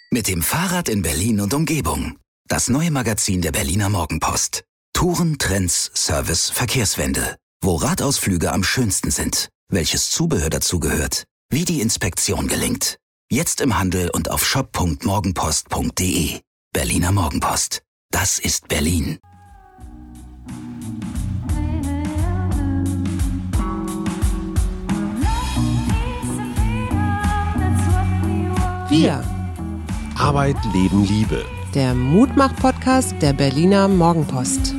Mit dem Fahrrad in Berlin und Umgebung. Das neue Magazin der Berliner Morgenpost. Touren, Trends, Service, Verkehrswende. Wo Radausflüge am schönsten sind. Welches Zubehör dazu gehört. Wie die Inspektion gelingt. Jetzt im Handel und auf shop.morgenpost.de. Berliner Morgenpost. Das ist Berlin. Wir. Arbeit, Leben, Liebe. Der Mutmach-Podcast der Berliner Morgenpost.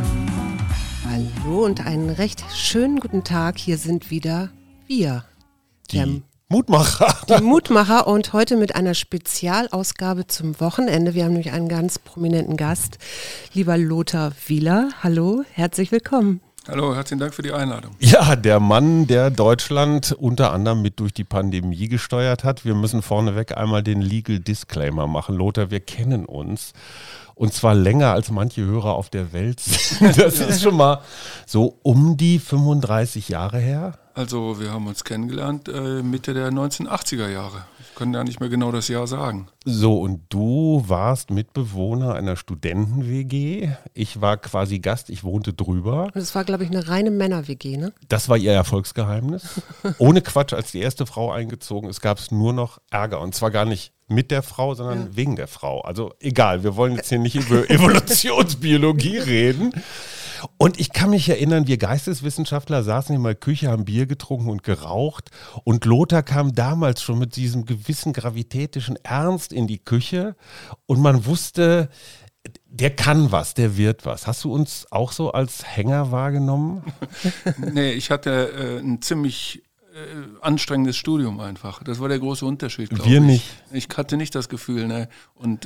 Hallo und einen recht schönen guten Tag. Hier sind wieder wir. Die Mutmacher. Die Mutmacher und heute mit einer Spezialausgabe zum Wochenende. Wir haben nämlich einen ganz prominenten Gast, lieber Lothar Wieler. Hallo, herzlich willkommen. Hallo, herzlichen Dank für die Einladung. Ja, der Mann, der Deutschland unter anderem mit durch die Pandemie gesteuert hat. Wir müssen vorneweg einmal den Legal Disclaimer machen. Lothar, wir kennen uns. Und zwar länger als manche Hörer auf der Welt sind. Das ist schon mal so um die 35 Jahre her. Also wir haben uns kennengelernt Mitte der 1980er Jahre. Ich kann ja nicht mehr genau das Jahr sagen. So, und du warst Mitbewohner einer Studenten-WG. Ich war quasi Gast, ich wohnte drüber. Und es war, glaube ich, eine reine Männer-WG, ne? Das war ihr Erfolgsgeheimnis. Ohne Quatsch, als die erste Frau eingezogen ist, gab es nur noch Ärger. Und zwar gar nicht mit der Frau, sondern wegen der Frau. Also egal, wir wollen jetzt hier nicht über Evolutionsbiologie reden. Und ich kann mich erinnern, wir Geisteswissenschaftler saßen in meiner Küche, haben Bier getrunken und geraucht. Und Lothar kam damals schon mit diesem gewissen gravitätischen Ernst in die Küche. Und man wusste, der kann was, der wird was. Hast du uns auch so als Hänger wahrgenommen? Nee, ich hatte ein ziemlich anstrengendes Studium einfach. Das war der große Unterschied, glaube ich. Wir nicht. Ich hatte nicht das Gefühl, ne? Und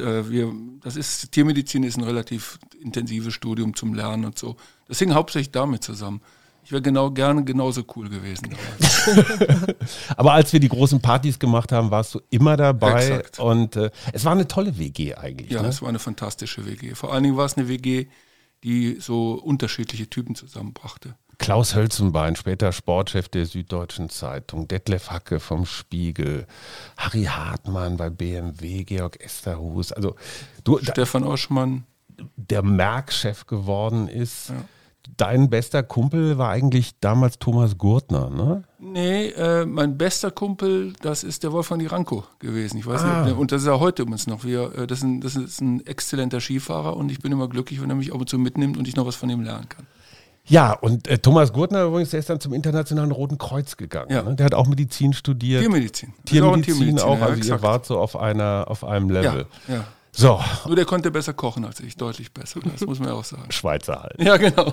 Tiermedizin ist ein relativ intensives Studium zum Lernen und so. Das hing hauptsächlich damit zusammen. Ich wäre gerne genauso cool gewesen damals. Aber als wir die großen Partys gemacht haben, warst du immer dabei. Exakt. Und es war eine tolle WG eigentlich. Ja, ne? es war eine fantastische WG. Vor allen Dingen war es eine WG, die so unterschiedliche Typen zusammenbrachte. Klaus Hölzenbein, später Sportchef der Süddeutschen Zeitung, Detlef Hacke vom Spiegel, Harry Hartmann bei BMW, Georg Esterhus, also Stefan Oschmann, der Merck-Chef geworden ist. Ja. Dein bester Kumpel war eigentlich damals Thomas Gurtner, ne? Nee, mein bester Kumpel, das ist der Wolfgang Di Ranco gewesen. Ich weiß nicht, und das ist er heute übrigens noch. Das ist ein exzellenter Skifahrer und ich bin immer glücklich, wenn er mich ab und zu mitnimmt und ich noch was von ihm lernen kann. Ja, und Thomas Gurtner übrigens, der ist dann zum Internationalen Roten Kreuz gegangen. Ja. Ne? Der hat auch Medizin studiert. Tiermedizin. Tiermedizin auch, ja, also exakt. ihr wart so auf einem Level. Ja. So, Nur der konnte besser kochen als ich, deutlich besser. Das muss man ja auch sagen. Schweizer halt. Ja, genau.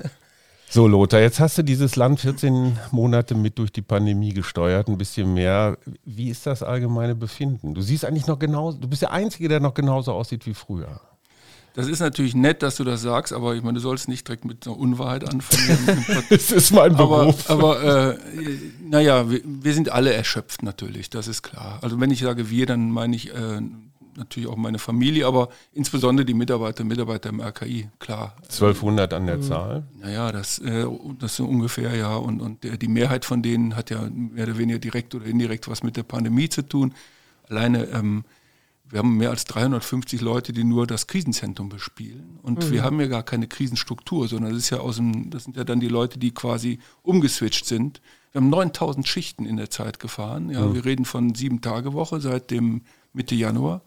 So, Lothar, jetzt hast du dieses Land 14 Monate mit durch die Pandemie gesteuert, ein bisschen mehr. Wie ist das allgemeine Befinden? Du siehst eigentlich noch genauso, du bist der Einzige, der noch genauso aussieht wie früher. Das ist natürlich nett, dass du das sagst, aber ich meine, du sollst nicht direkt mit einer Unwahrheit anfangen. Das ist mein Beruf. Aber naja, wir sind alle erschöpft natürlich, das ist klar. Also wenn ich sage wir, dann meine ich natürlich auch meine Familie, aber insbesondere die Mitarbeiter im RKI, klar. 1200 an der Zahl? Naja, das so ungefähr, ja. Und die Mehrheit von denen hat ja mehr oder weniger direkt oder indirekt was mit der Pandemie zu tun. Alleine, wir haben mehr als 350 Leute, die nur das Krisenzentrum bespielen. Und wir haben ja gar keine Krisenstruktur, sondern das sind ja dann die Leute, die quasi umgeswitcht sind. Wir haben 9000 Schichten in der Zeit gefahren. Ja, wir reden von 7-Tage-Woche seit dem Mitte Januar.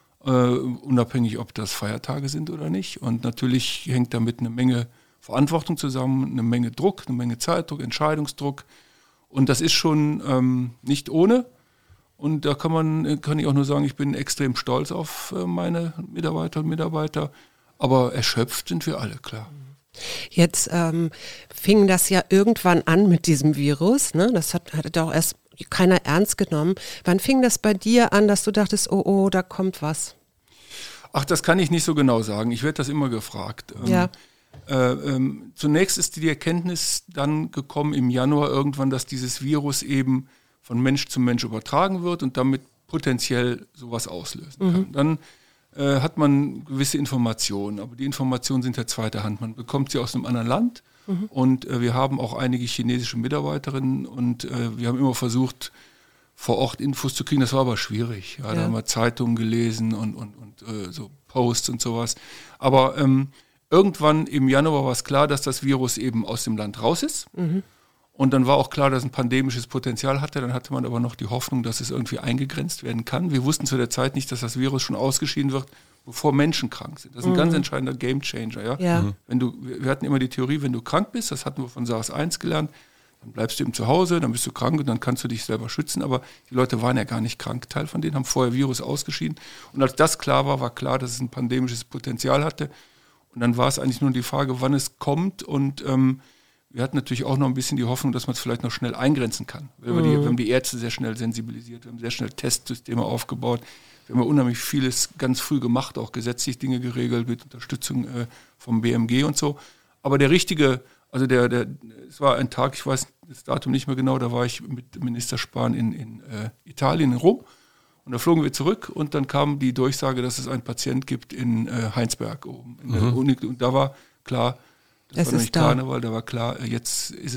Unabhängig, ob das Feiertage sind oder nicht. Und natürlich hängt damit eine Menge Verantwortung zusammen, eine Menge Druck, eine Menge Zeitdruck, Entscheidungsdruck. Und das ist schon nicht ohne. Und da kann ich auch nur sagen, ich bin extrem stolz auf meine Mitarbeiter und Mitarbeiter. Aber erschöpft sind wir alle, klar. Jetzt fing das ja irgendwann an mit diesem Virus, ne? Das hat auch erst keiner ernst genommen. Wann fing das bei dir an, dass du dachtest, oh, da kommt was? Ach, das kann ich nicht so genau sagen. Ich werde das immer gefragt. Ja. Zunächst ist die Erkenntnis dann gekommen im Januar irgendwann, dass dieses Virus eben von Mensch zu Mensch übertragen wird und damit potenziell sowas auslösen kann. Dann hat man gewisse Informationen, aber die Informationen sind der zweite Hand. Man bekommt sie aus einem anderen Land und wir haben auch einige chinesische Mitarbeiterinnen und wir haben immer versucht, vor Ort Infos zu kriegen. Das war aber schwierig. Ja, da haben wir Zeitungen gelesen und so Posts und sowas. Aber irgendwann im Januar war es klar, dass das Virus eben aus dem Land raus ist. Und dann war auch klar, dass es ein pandemisches Potenzial hatte. Dann hatte man aber noch die Hoffnung, dass es irgendwie eingegrenzt werden kann. Wir wussten zu der Zeit nicht, dass das Virus schon ausgeschieden wird, bevor Menschen krank sind. Das ist ein ganz entscheidender Gamechanger. Ja? Wir hatten immer die Theorie, wenn du krank bist, das hatten wir von SARS-1 gelernt, dann bleibst du eben zu Hause, dann bist du krank und dann kannst du dich selber schützen. Aber die Leute waren ja gar nicht krank. Teil von denen haben vorher Virus ausgeschieden. Und als das klar war, war klar, dass es ein pandemisches Potenzial hatte. Und dann war es eigentlich nur die Frage, wann es kommt. Und wir hatten natürlich auch noch ein bisschen die Hoffnung, dass man es vielleicht noch schnell eingrenzen kann. Wir haben die Ärzte sehr schnell sensibilisiert, wir haben sehr schnell Testsysteme aufgebaut. Wir haben ja unheimlich vieles ganz früh gemacht, auch gesetzlich Dinge geregelt mit Unterstützung vom BMG und so. Aber der richtige, also es war ein Tag, ich weiß das Datum nicht mehr genau, da war ich mit Minister Spahn in Italien, in Rom. Und da flogen wir zurück und dann kam die Durchsage, dass es einen Patient gibt in Heinsberg oben in der Uni. Und da war klar, das war noch nicht Karneval, da war klar, jetzt ist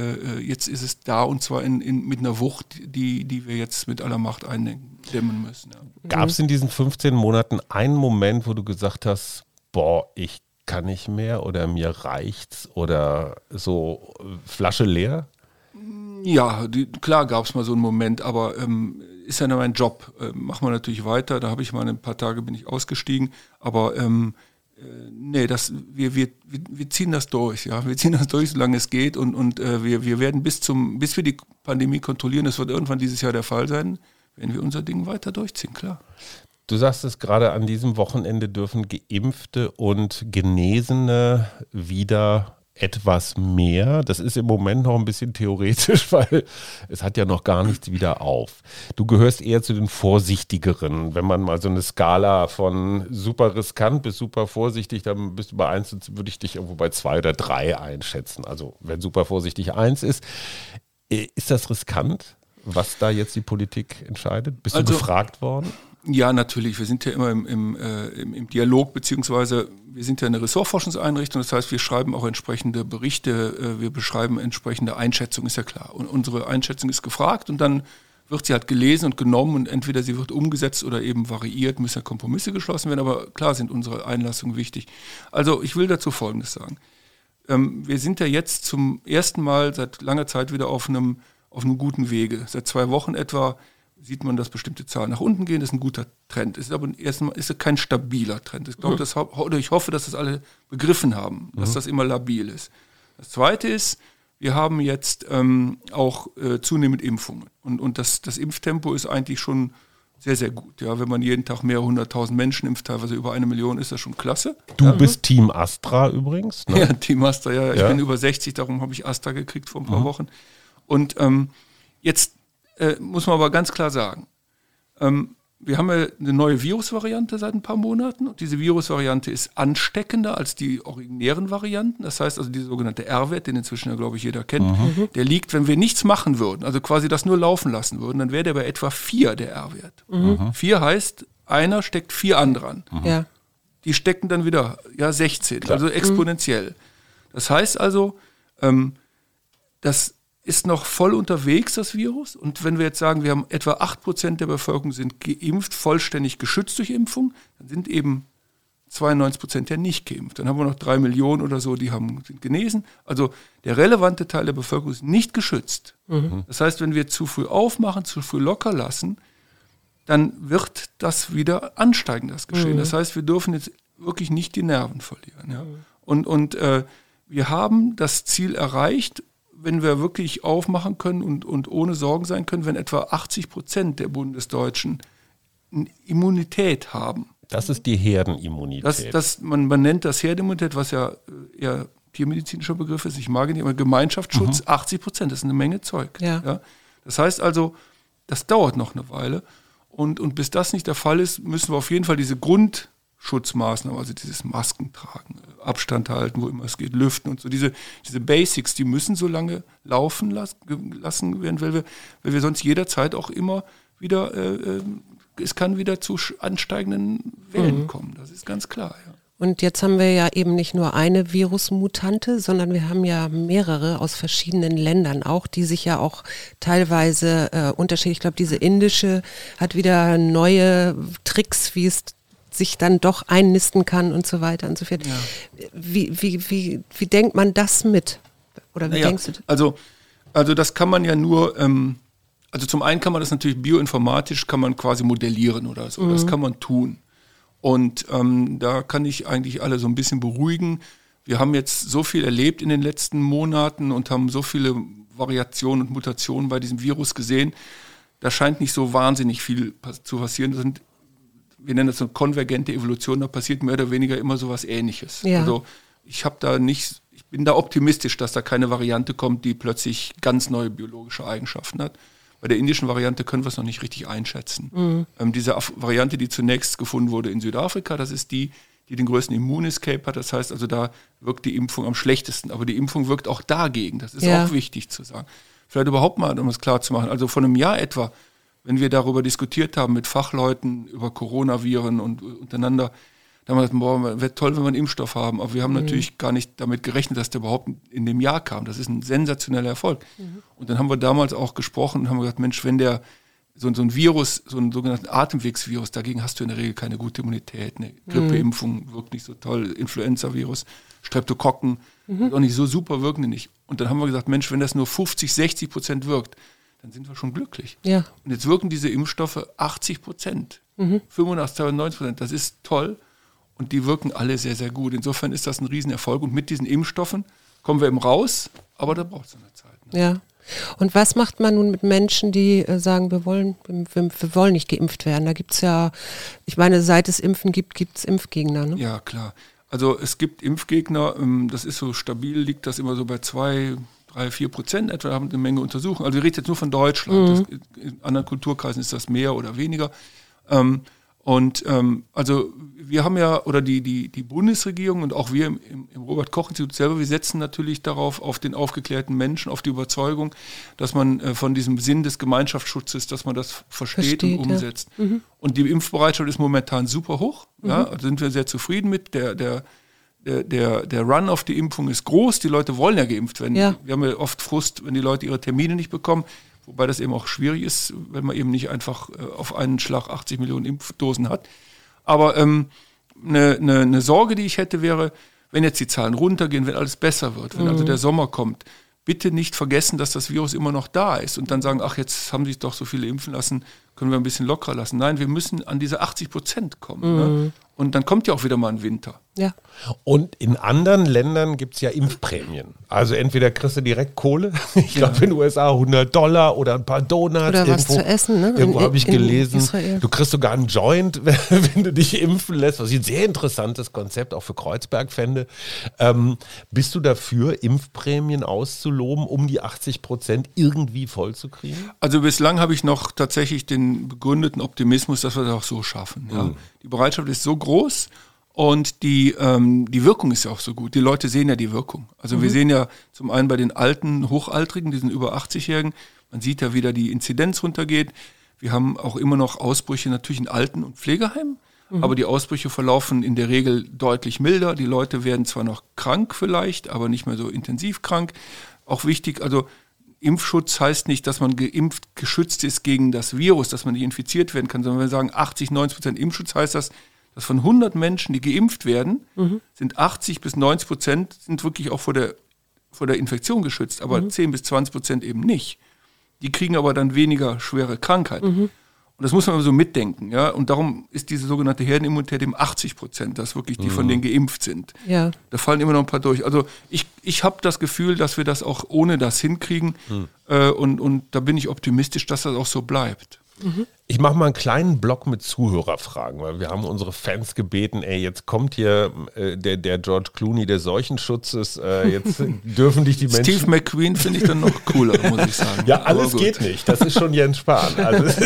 es da und zwar mit einer Wucht, die wir jetzt mit aller Macht eindämmen müssen. Ja. Gab es in diesen 15 Monaten einen Moment, wo du gesagt hast, boah, ich kann nicht mehr oder mir reicht's oder so Flasche leer? Ja, klar gab es mal so einen Moment, aber ist ja nur mein Job. Machen wir natürlich weiter, da habe ich mal ein paar Tage bin ich ausgestiegen, aber nee, wir ziehen das durch, ja. Wir ziehen das durch, solange es geht und wir werden bis wir die Pandemie kontrollieren, das wird irgendwann dieses Jahr der Fall sein, werden wir unser Ding weiter durchziehen, klar. Du sagst es gerade, an diesem Wochenende dürfen Geimpfte und Genesene wieder etwas mehr. Das ist im Moment noch ein bisschen theoretisch, weil es hat ja noch gar nichts wieder auf. Du gehörst eher zu den Vorsichtigeren. Wenn man mal so eine Skala von super riskant bis super vorsichtig, dann bist du bei 1, würde ich dich irgendwo bei 2 oder 3 einschätzen. Also wenn super vorsichtig 1 ist. Ist das riskant, was da jetzt die Politik entscheidet? Bist du gefragt worden? Ja, natürlich. Wir sind ja immer im Dialog, beziehungsweise wir sind ja eine Ressortforschungseinrichtung. Das heißt, wir schreiben auch entsprechende Berichte, wir beschreiben entsprechende Einschätzungen, ist ja klar. Und unsere Einschätzung ist gefragt und dann wird sie halt gelesen und genommen und entweder sie wird umgesetzt oder eben variiert, müssen ja Kompromisse geschlossen werden. Aber klar sind unsere Einlassungen wichtig. Also ich will dazu Folgendes sagen. Wir sind ja jetzt zum ersten Mal seit langer Zeit wieder auf einem guten Wege. Seit 2 Wochen etwa sieht man, dass bestimmte Zahlen nach unten gehen. Das ist ein guter Trend. Es ist aber erstmal kein stabiler Trend. Ich hoffe, dass das alle begriffen haben, dass das immer labil ist. Das Zweite ist, wir haben jetzt auch zunehmend Impfungen. Und das Impftempo ist eigentlich schon sehr, sehr gut. Ja, wenn man jeden Tag mehrere 100.000 Menschen impft, teilweise über 1 Million, ist das schon klasse. Du bist Team Astra übrigens, ne? Ja, Team Astra, ja. Ich bin über 60, darum habe ich Astra gekriegt vor ein paar Wochen. Und jetzt muss man aber ganz klar sagen, wir haben ja eine neue Virusvariante seit ein paar Monaten und diese Virusvariante ist ansteckender als die originären Varianten. Das heißt also, dieser sogenannte R-Wert, den inzwischen ja, glaube ich, jeder kennt, der liegt, wenn wir nichts machen würden, also quasi das nur laufen lassen würden, dann wäre der bei etwa 4, der R-Wert. 4 heißt, einer steckt 4 andere an. Ja. Die stecken dann wieder 16, klar. Also exponentiell. Das heißt also, das ist noch voll unterwegs, das Virus. Und wenn wir jetzt sagen, wir haben etwa 8% der Bevölkerung sind geimpft, vollständig geschützt durch Impfung, dann sind eben 92% ja nicht geimpft. Dann haben wir noch 3 Millionen oder so, die sind genesen. Also der relevante Teil der Bevölkerung ist nicht geschützt. Das heißt, wenn wir zu früh aufmachen, zu früh locker lassen, dann wird das wieder ansteigen, das Geschehen. Das heißt, wir dürfen jetzt wirklich nicht die Nerven verlieren. Ja? Und wir haben das Ziel erreicht, wenn wir wirklich aufmachen können und ohne Sorgen sein können, wenn etwa 80% der Bundesdeutschen Immunität haben. Das ist die Herdenimmunität. Man nennt das Herdenimmunität, was ja eher tiermedizinischer Begriff ist. Ich mag ihn nicht, aber Gemeinschaftsschutz, 80%, das ist eine Menge Zeug. Ja? Das heißt also, das dauert noch eine Weile. Und bis das nicht der Fall ist, müssen wir auf jeden Fall diese Grundschutzmaßnahmen, also dieses Masken tragen, Abstand halten, wo immer es geht, lüften und so, diese Basics, die müssen so lange laufen lassen werden, weil wir sonst jederzeit auch immer wieder, es kann wieder zu ansteigenden Wellen kommen, das ist ganz klar. Ja. Und jetzt haben wir ja eben nicht nur eine Virusmutante, sondern wir haben ja mehrere aus verschiedenen Ländern auch, die sich ja auch teilweise unterschiedlich, ich glaube, diese indische hat wieder neue Tricks, wie es sich dann doch einnisten kann und so weiter und so fort. Ja. Wie denkt man das mit? Oder wie denkst du? Also das kann man ja nur, also zum einen kann man das natürlich bioinformatisch, kann man quasi modellieren oder so, das kann man tun. Und da kann ich eigentlich alle so ein bisschen beruhigen. Wir haben jetzt so viel erlebt in den letzten Monaten und haben so viele Variationen und Mutationen bei diesem Virus gesehen. Da scheint nicht so wahnsinnig viel zu passieren. Wir nennen das so konvergente Evolution, da passiert mehr oder weniger immer so was Ähnliches. Ja. Also ich bin da optimistisch, dass da keine Variante kommt, die plötzlich ganz neue biologische Eigenschaften hat. Bei der indischen Variante können wir es noch nicht richtig einschätzen. Diese Variante, die zunächst gefunden wurde in Südafrika, das ist die den größten Immunescape hat. Das heißt also, da wirkt die Impfung am schlechtesten. Aber die Impfung wirkt auch dagegen. Das ist auch wichtig zu sagen. Vielleicht überhaupt mal, um es klar zu machen. Also vor einem Jahr etwa, wenn wir darüber diskutiert haben mit Fachleuten über Coronaviren und untereinander, da haben wir gesagt, wäre toll, wenn wir einen Impfstoff haben. Aber wir haben natürlich gar nicht damit gerechnet, dass der überhaupt in dem Jahr kam. Das ist ein sensationeller Erfolg. Und dann haben wir damals auch gesprochen und haben gesagt, Mensch, wenn der so ein Virus, so einen sogenannten Atemwegsvirus, dagegen hast du in der Regel keine gute Immunität. Eine Grippeimpfung wirkt nicht so toll, Influenza-Virus, Streptokokken, auch nicht so super, wirken die nicht. Und dann haben wir gesagt, Mensch, wenn das nur 50-60% wirkt, dann sind wir schon glücklich. Ja. Und jetzt wirken diese Impfstoffe 80%, 85-90%, das ist toll. Und die wirken alle sehr, sehr gut. Insofern ist das ein Riesenerfolg. Und mit diesen Impfstoffen kommen wir eben raus, aber da braucht es eine Zeit. Ne? Ja. Und was macht man nun mit Menschen, die sagen, wir wollen nicht geimpft werden? Da gibt es ja, ich meine, seit es Impfen gibt es Impfgegner. Ne? Ja, klar. Also es gibt Impfgegner, das ist so stabil, liegt das immer so bei 2, 3, 4% etwa, haben eine Menge Untersuchungen. Also wir reden jetzt nur von Deutschland. In anderen Kulturkreisen ist das mehr oder weniger. Also wir haben ja, oder die Bundesregierung und auch wir im Robert-Koch-Institut selber, wir setzen natürlich darauf, auf den aufgeklärten Menschen, auf die Überzeugung, dass man von diesem Sinn des Gemeinschaftsschutzes, dass man das versteht und umsetzt. Ja. Und die Impfbereitschaft ist momentan super hoch, ja, also sind wir sehr zufrieden mit. Der Run auf die Impfung ist groß, die Leute wollen ja geimpft werden. Ja. Wir haben ja oft Frust, wenn die Leute ihre Termine nicht bekommen. Wobei das eben auch schwierig ist, wenn man eben nicht einfach auf einen Schlag 80 Millionen Impfdosen hat. Aber eine Sorge, die ich hätte, wäre, wenn jetzt die Zahlen runtergehen, wenn alles besser wird, wenn also der Sommer kommt, bitte nicht vergessen, dass das Virus immer noch da ist und dann sagen, ach, jetzt haben sich doch so viele impfen lassen, können wir ein bisschen lockerer lassen. Nein, wir müssen an diese 80% kommen. Ne? Und dann kommt ja auch wieder mal ein Winter. Ja. Und in anderen Ländern gibt es ja Impfprämien. Also entweder kriegst du direkt Kohle, ich glaube in den USA $100 oder ein paar Donuts. Oder was zu essen, ne? Irgendwo habe ich gelesen, du kriegst sogar einen Joint, wenn du dich impfen lässt. Was ich ein sehr interessantes Konzept, auch für Kreuzberg fände. Bist du dafür, Impfprämien auszuloben, um die 80% irgendwie vollzukriegen? Also bislang habe ich noch tatsächlich den begründeten Optimismus, dass wir das auch so schaffen. Ja. Die Bereitschaft ist so groß. Und die Wirkung ist ja auch so gut. Die Leute sehen ja die Wirkung. Also wir sehen ja zum einen bei den alten Hochaltrigen, diesen über 80-Jährigen, man sieht ja, wie da die Inzidenz runtergeht. Wir haben auch immer noch Ausbrüche natürlich in Alten- und Pflegeheimen, aber die Ausbrüche verlaufen in der Regel deutlich milder. Die Leute werden zwar noch krank vielleicht, aber nicht mehr so intensiv krank. Auch wichtig, also Impfschutz heißt nicht, dass man geimpft geschützt ist gegen das Virus, dass man nicht infiziert werden kann, sondern wenn wir sagen 80-90% Impfschutz, heißt das, dass von 100 Menschen, die geimpft werden, sind 80-90% sind wirklich auch vor der Infektion geschützt, aber 10-20% eben nicht. Die kriegen aber dann weniger schwere Krankheit. Und das muss man so mitdenken. Ja? Und darum ist diese sogenannte Herdenimmunität eben 80%, dass wirklich die von denen geimpft sind. Ja. Da fallen immer noch ein paar durch. Also ich habe das Gefühl, dass wir das auch ohne das hinkriegen. Und da bin ich optimistisch, dass das auch so bleibt. Ich mache mal einen kleinen Block mit Zuhörerfragen, weil wir haben unsere Fans gebeten, jetzt kommt hier der George Clooney des Seuchenschutzes, jetzt dürfen dich die Menschen... Steve McQueen finde ich dann noch cooler, muss ich sagen. Ja, alles geht nicht, das ist schon Jens Spahn. Also,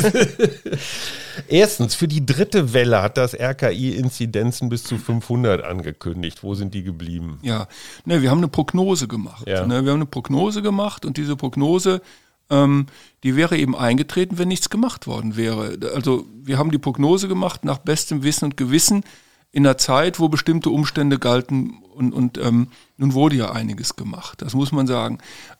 erstens, für die dritte Welle hat das RKI Inzidenzen bis zu 500 angekündigt. Wo sind die geblieben? Ja, wir haben eine Prognose gemacht. Ja. Wir haben eine Prognose gemacht und diese Prognose... die wäre eben eingetreten, wenn nichts gemacht worden wäre. Also wir haben die Prognose gemacht nach bestem Wissen und Gewissen. in einer Zeit, wo bestimmte Umstände galten und nun wurde ja einiges gemacht, das muss man sagen.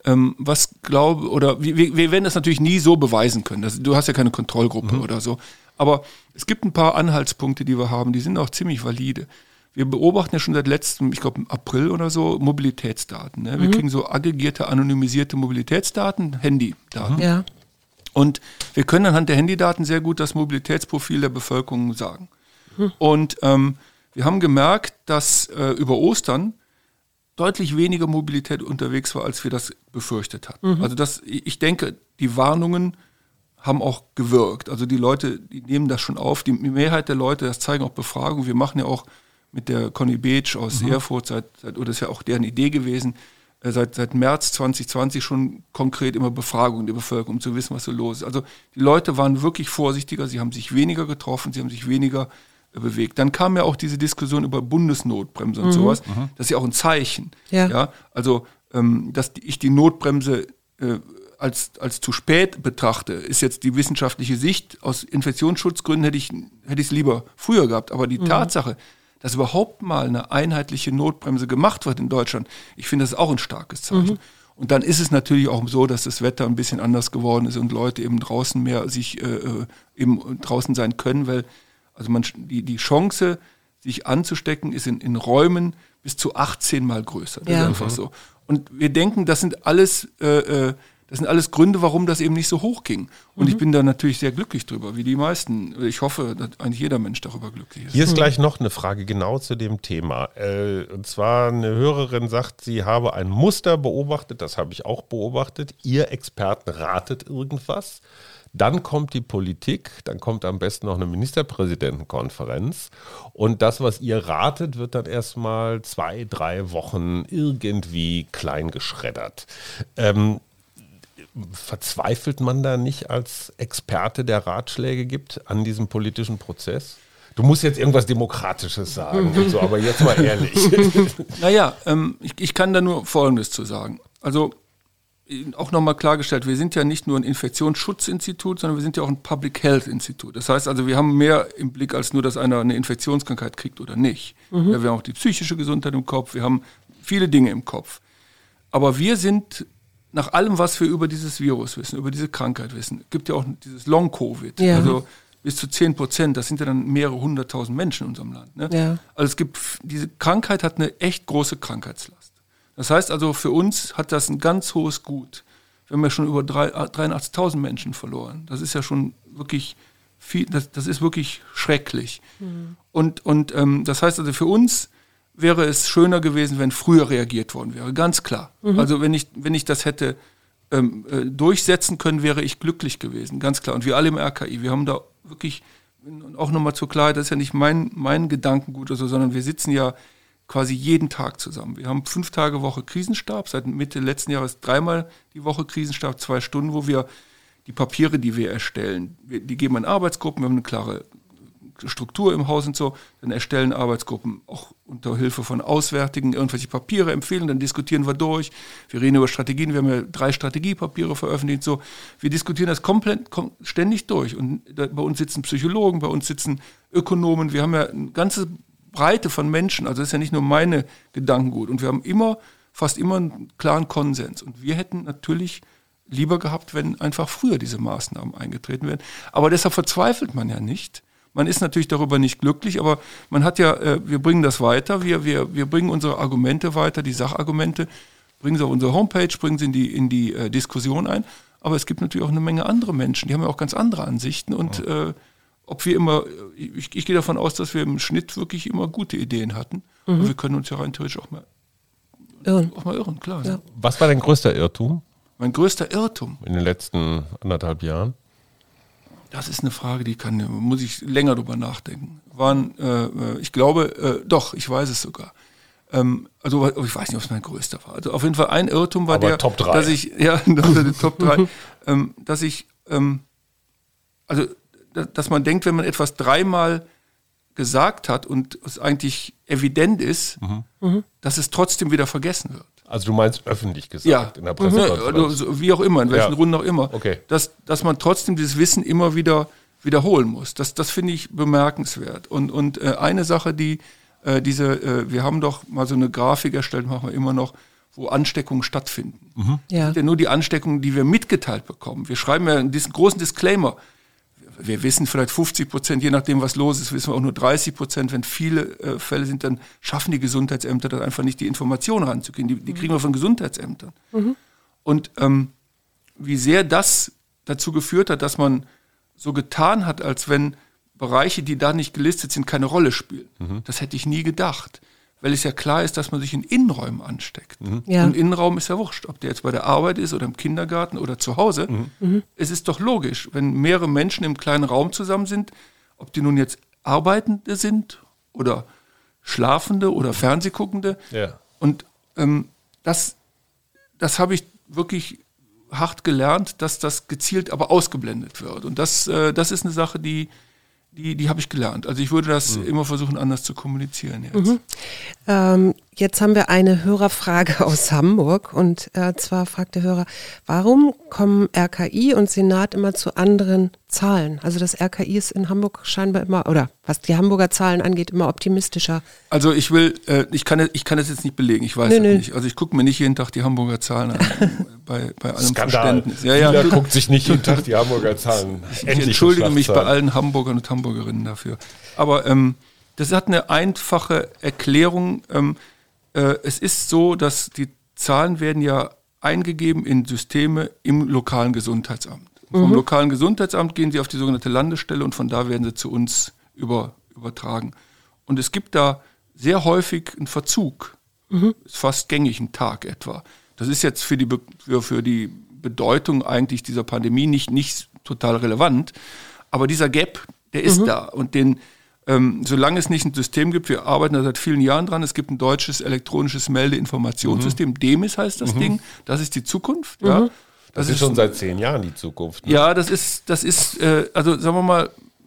Wir werden das natürlich nie so beweisen können. Du hast ja keine Kontrollgruppe oder so. Aber es gibt ein paar Anhaltspunkte, die wir haben, die sind auch ziemlich valide. Wir beobachten ja schon seit letztem, ich glaube im April oder so, Mobilitätsdaten. Ne? Wir kriegen so aggregierte, anonymisierte Mobilitätsdaten, Handydaten. Ja. Und wir können anhand der Handydaten sehr gut das Mobilitätsprofil der Bevölkerung sagen. Und wir haben gemerkt, dass über Ostern deutlich weniger Mobilität unterwegs war, als wir das befürchtet hatten. Also ich denke, die Warnungen haben auch gewirkt. Also die Leute, die nehmen das schon auf. Die Mehrheit der Leute, das zeigen auch Befragungen. Wir machen ja auch mit der Conny Beetsch aus Erfurt, oder das ist ja auch deren Idee gewesen, seit März 2020 schon konkret immer Befragungen der Bevölkerung, um zu wissen, was so los ist. Also die Leute waren wirklich vorsichtiger, sie haben sich weniger getroffen, sie haben sich weniger bewegt. Dann kam ja auch diese Diskussion über Bundesnotbremse und sowas. Das ist ja auch ein Zeichen. Ja? Also, dass ich die Notbremse als zu spät betrachte, ist jetzt die wissenschaftliche Sicht. Aus Infektionsschutzgründen hätte ich es lieber früher gehabt. Aber die Tatsache, dass überhaupt mal eine einheitliche Notbremse gemacht wird in Deutschland, ich finde, das ist auch ein starkes Zeichen. Und dann ist es natürlich auch so, dass das Wetter ein bisschen anders geworden ist und Leute eben draußen mehr sich eben draußen sein können, weil also die Chance, sich anzustecken, ist in Räumen bis zu 18 Mal größer. Das ist einfach so. Und wir denken, das sind alles Gründe, warum das eben nicht so hoch ging. Und ich bin da natürlich sehr glücklich drüber, wie die meisten. Ich hoffe, dass eigentlich jeder Mensch darüber glücklich ist. Hier ist gleich noch eine Frage genau zu dem Thema. Und zwar eine Hörerin sagt, sie habe ein Muster beobachtet, das habe ich auch beobachtet. Ihr Experten ratet irgendwas. Dann kommt die Politik, dann kommt am besten noch eine Ministerpräsidentenkonferenz und das, was ihr ratet, wird dann erstmal 2-3 Wochen irgendwie klein geschreddert. Verzweifelt man da nicht als Experte, der Ratschläge gibt, an diesem politischen Prozess? Du musst jetzt irgendwas Demokratisches sagen, und so, aber jetzt mal ehrlich. Naja, ich kann da nur Folgendes zu sagen. Also auch nochmal klargestellt, wir sind ja nicht nur ein Infektionsschutzinstitut, sondern wir sind ja auch ein Public Health Institut. Das heißt also, wir haben mehr im Blick als nur, dass einer eine Infektionskrankheit kriegt oder nicht. Ja, wir haben auch die psychische Gesundheit im Kopf, wir haben viele Dinge im Kopf. Aber wir sind, nach allem, was wir über dieses Virus wissen, über diese Krankheit wissen, gibt ja auch dieses Long-Covid, also bis zu 10%, das sind ja dann mehrere 100.000 Menschen in unserem Land. Ne? Ja. Also diese Krankheit hat eine echt große Krankheitslast. Das heißt also, für uns hat das ein ganz hohes Gut. Wir haben ja schon über 83.000 Menschen verloren. Das ist ja schon wirklich viel, das ist wirklich schrecklich. Und das heißt also, für uns wäre es schöner gewesen, wenn früher reagiert worden wäre, ganz klar. Also wenn ich das hätte durchsetzen können, wäre ich glücklich gewesen, ganz klar. Und wir alle im RKI, wir haben da wirklich, auch nochmal zur Klarheit, das ist ja nicht mein Gedankengut oder so, sondern wir sitzen ja quasi jeden Tag zusammen. Wir haben 5 Tage Woche Krisenstab, seit Mitte letzten Jahres 3-mal die Woche Krisenstab, 2 Stunden, wo wir die Papiere, die wir erstellen, die geben an Arbeitsgruppen, wir haben eine klare Struktur im Haus und so, dann erstellen Arbeitsgruppen auch unter Hilfe von Auswärtigen irgendwelche Papiere, empfehlen, dann diskutieren wir durch, wir reden über Strategien, wir haben ja 3 Strategiepapiere veröffentlicht, so, wir diskutieren das ständig durch und bei uns sitzen Psychologen, bei uns sitzen Ökonomen, wir haben ja eine ganze Breite von Menschen, also das ist ja nicht nur meine Gedankengut und wir haben fast immer einen klaren Konsens und wir hätten natürlich lieber gehabt, wenn einfach früher diese Maßnahmen eingetreten wären, aber deshalb verzweifelt man ja nicht. Man ist natürlich darüber nicht glücklich, aber man hat ja, wir bringen das weiter, wir bringen unsere Argumente weiter, die Sachargumente, bringen sie auf unsere Homepage, bringen sie in die Diskussion ein, aber es gibt natürlich auch eine Menge andere Menschen, die haben ja auch ganz andere Ansichten und ob wir immer, ich gehe davon aus, dass wir im Schnitt wirklich immer gute Ideen hatten. Und wir können uns ja rein theoretisch auch mal irren, klar. Ja. Was war dein größter Irrtum? Mein größter Irrtum? In den letzten 1,5 Jahren? Das ist eine Frage, muss ich länger drüber nachdenken. Ich glaube, doch, ich weiß es sogar. Also ich weiß nicht, ob es mein größter war. Also auf jeden Fall ein Irrtum war der, Top 3. Dass ich, ja, unter den Top 3, dass man denkt, wenn man etwas 3-mal gesagt hat und es eigentlich evident ist, dass es trotzdem wieder vergessen wird. Also du meinst öffentlich gesagt in der Pressekonferenz? Wie auch immer, in welchen Runden auch immer. Okay. Dass man trotzdem dieses Wissen immer wieder wiederholen muss. Das finde ich bemerkenswert. Und eine Sache, wir haben doch mal so eine Grafik erstellt, machen wir immer noch, wo Ansteckungen stattfinden. Das sind ja nur die Ansteckungen, die wir mitgeteilt bekommen. Wir schreiben ja diesen großen Disclaimer. Wir wissen vielleicht 50%, je nachdem, was los ist, wissen wir auch nur 30%. Wenn viele Fälle sind, dann schaffen die Gesundheitsämter das einfach nicht, die Informationen ranzukriegen. Die kriegen wir von Gesundheitsämtern. Und wie sehr das dazu geführt hat, dass man so getan hat, als wenn Bereiche, die da nicht gelistet sind, keine Rolle spielen. Das hätte ich nie gedacht. Weil es ja klar ist, dass man sich in Innenräumen ansteckt. Ja. Und Innenraum ist ja wurscht, ob der jetzt bei der Arbeit ist oder im Kindergarten oder zu Hause. Es ist doch logisch, wenn mehrere Menschen im kleinen Raum zusammen sind, ob die nun jetzt Arbeitende sind oder Schlafende oder Fernsehguckende. Ja. Und das habe ich wirklich hart gelernt, dass das gezielt aber ausgeblendet wird. Und das ist eine Sache, die habe ich gelernt. Also ich würde das immer versuchen, anders zu kommunizieren jetzt. Jetzt haben wir eine Hörerfrage aus Hamburg und zwar fragt der Hörer, warum kommen RKI und Senat immer zu anderen Zahlen? Also das RKI ist in Hamburg scheinbar immer, oder was die Hamburger Zahlen angeht, immer optimistischer. Also ich kann das jetzt nicht belegen, ich weiß das nicht. Also ich gucke mir nicht jeden Tag die Hamburger Zahlen an, bei allem Skandal. Verständnis. Ja, guckt sich nicht jeden Tag die Hamburger Zahlen. Ich entschuldige mich bei allen Hamburgern und Hamburgerinnen dafür. Aber das hat eine einfache Erklärung. Es ist so, dass die Zahlen werden ja eingegeben in Systeme im lokalen Gesundheitsamt. Vom lokalen Gesundheitsamt gehen sie auf die sogenannte Landesstelle und von da werden sie zu uns übertragen. Und es gibt da sehr häufig einen Verzug. Ist fast gängig, ein Tag etwa. Das ist jetzt für die Bedeutung eigentlich dieser Pandemie nicht total relevant. Aber dieser Gap, der ist da. Und solange es nicht ein System gibt, wir arbeiten da seit vielen Jahren dran, es gibt ein deutsches elektronisches Meldeinformationssystem, DEMIS heißt das Ding, das ist die Zukunft. Ja. Das ist schon seit 10 Jahren die Zukunft. Ne? Ja, das ist also sagen wir mal,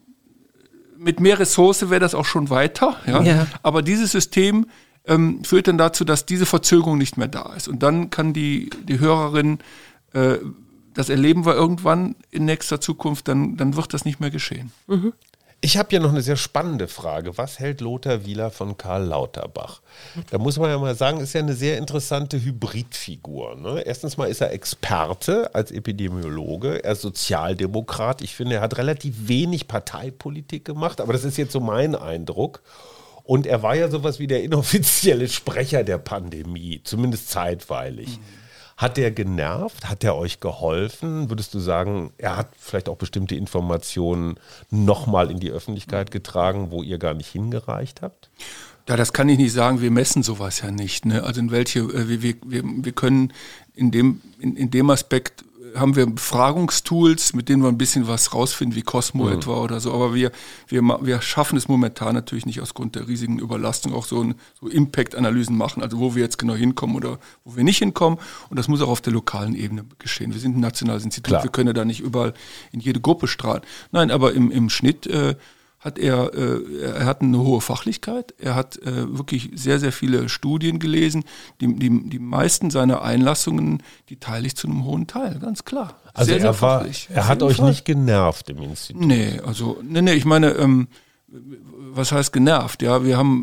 mit mehr Ressource wäre das auch schon weiter. Ja? Aber dieses System führt dann dazu, dass diese Verzögerung nicht mehr da ist. Und dann kann die Hörerin, das erleben wir irgendwann in nächster Zukunft, dann wird das nicht mehr geschehen. Ich habe hier noch eine sehr spannende Frage. Was hält Lothar Wieler von Karl Lauterbach? Da muss man ja mal sagen, ist ja eine sehr interessante Hybridfigur. Ne? Erstens mal ist er Experte als Epidemiologe, er ist Sozialdemokrat. Ich finde, er hat relativ wenig Parteipolitik gemacht, aber das ist jetzt so mein Eindruck. Und er war ja sowas wie der inoffizielle Sprecher der Pandemie, zumindest zeitweilig. Hat der genervt? Hat er euch geholfen? Würdest du sagen, er hat vielleicht auch bestimmte Informationen nochmal in die Öffentlichkeit getragen, wo ihr gar nicht hingereicht habt? Ja, das kann ich nicht sagen. Wir messen sowas ja nicht. Ne? Also wir können in dem Aspekt haben wir Befragungstools, mit denen wir ein bisschen was rausfinden, wie Cosmo etwa oder so. Aber wir schaffen es momentan natürlich nicht aus Grund der riesigen Überlastung auch so Impact-Analysen machen, also wo wir jetzt genau hinkommen oder wo wir nicht hinkommen. Und das muss auch auf der lokalen Ebene geschehen. Wir sind ein nationales Institut, wir können ja da nicht überall in jede Gruppe strahlen. Nein, aber im Schnitt hat er hat eine hohe Fachlichkeit. Er hat wirklich sehr, sehr viele Studien gelesen. Die meisten seiner Einlassungen, die teile ich zu einem hohen Teil, ganz klar. Also sehr, sehr fachlich. Er hat euch nicht genervt im Institut? Nee, ich meine, was heißt genervt? Ja,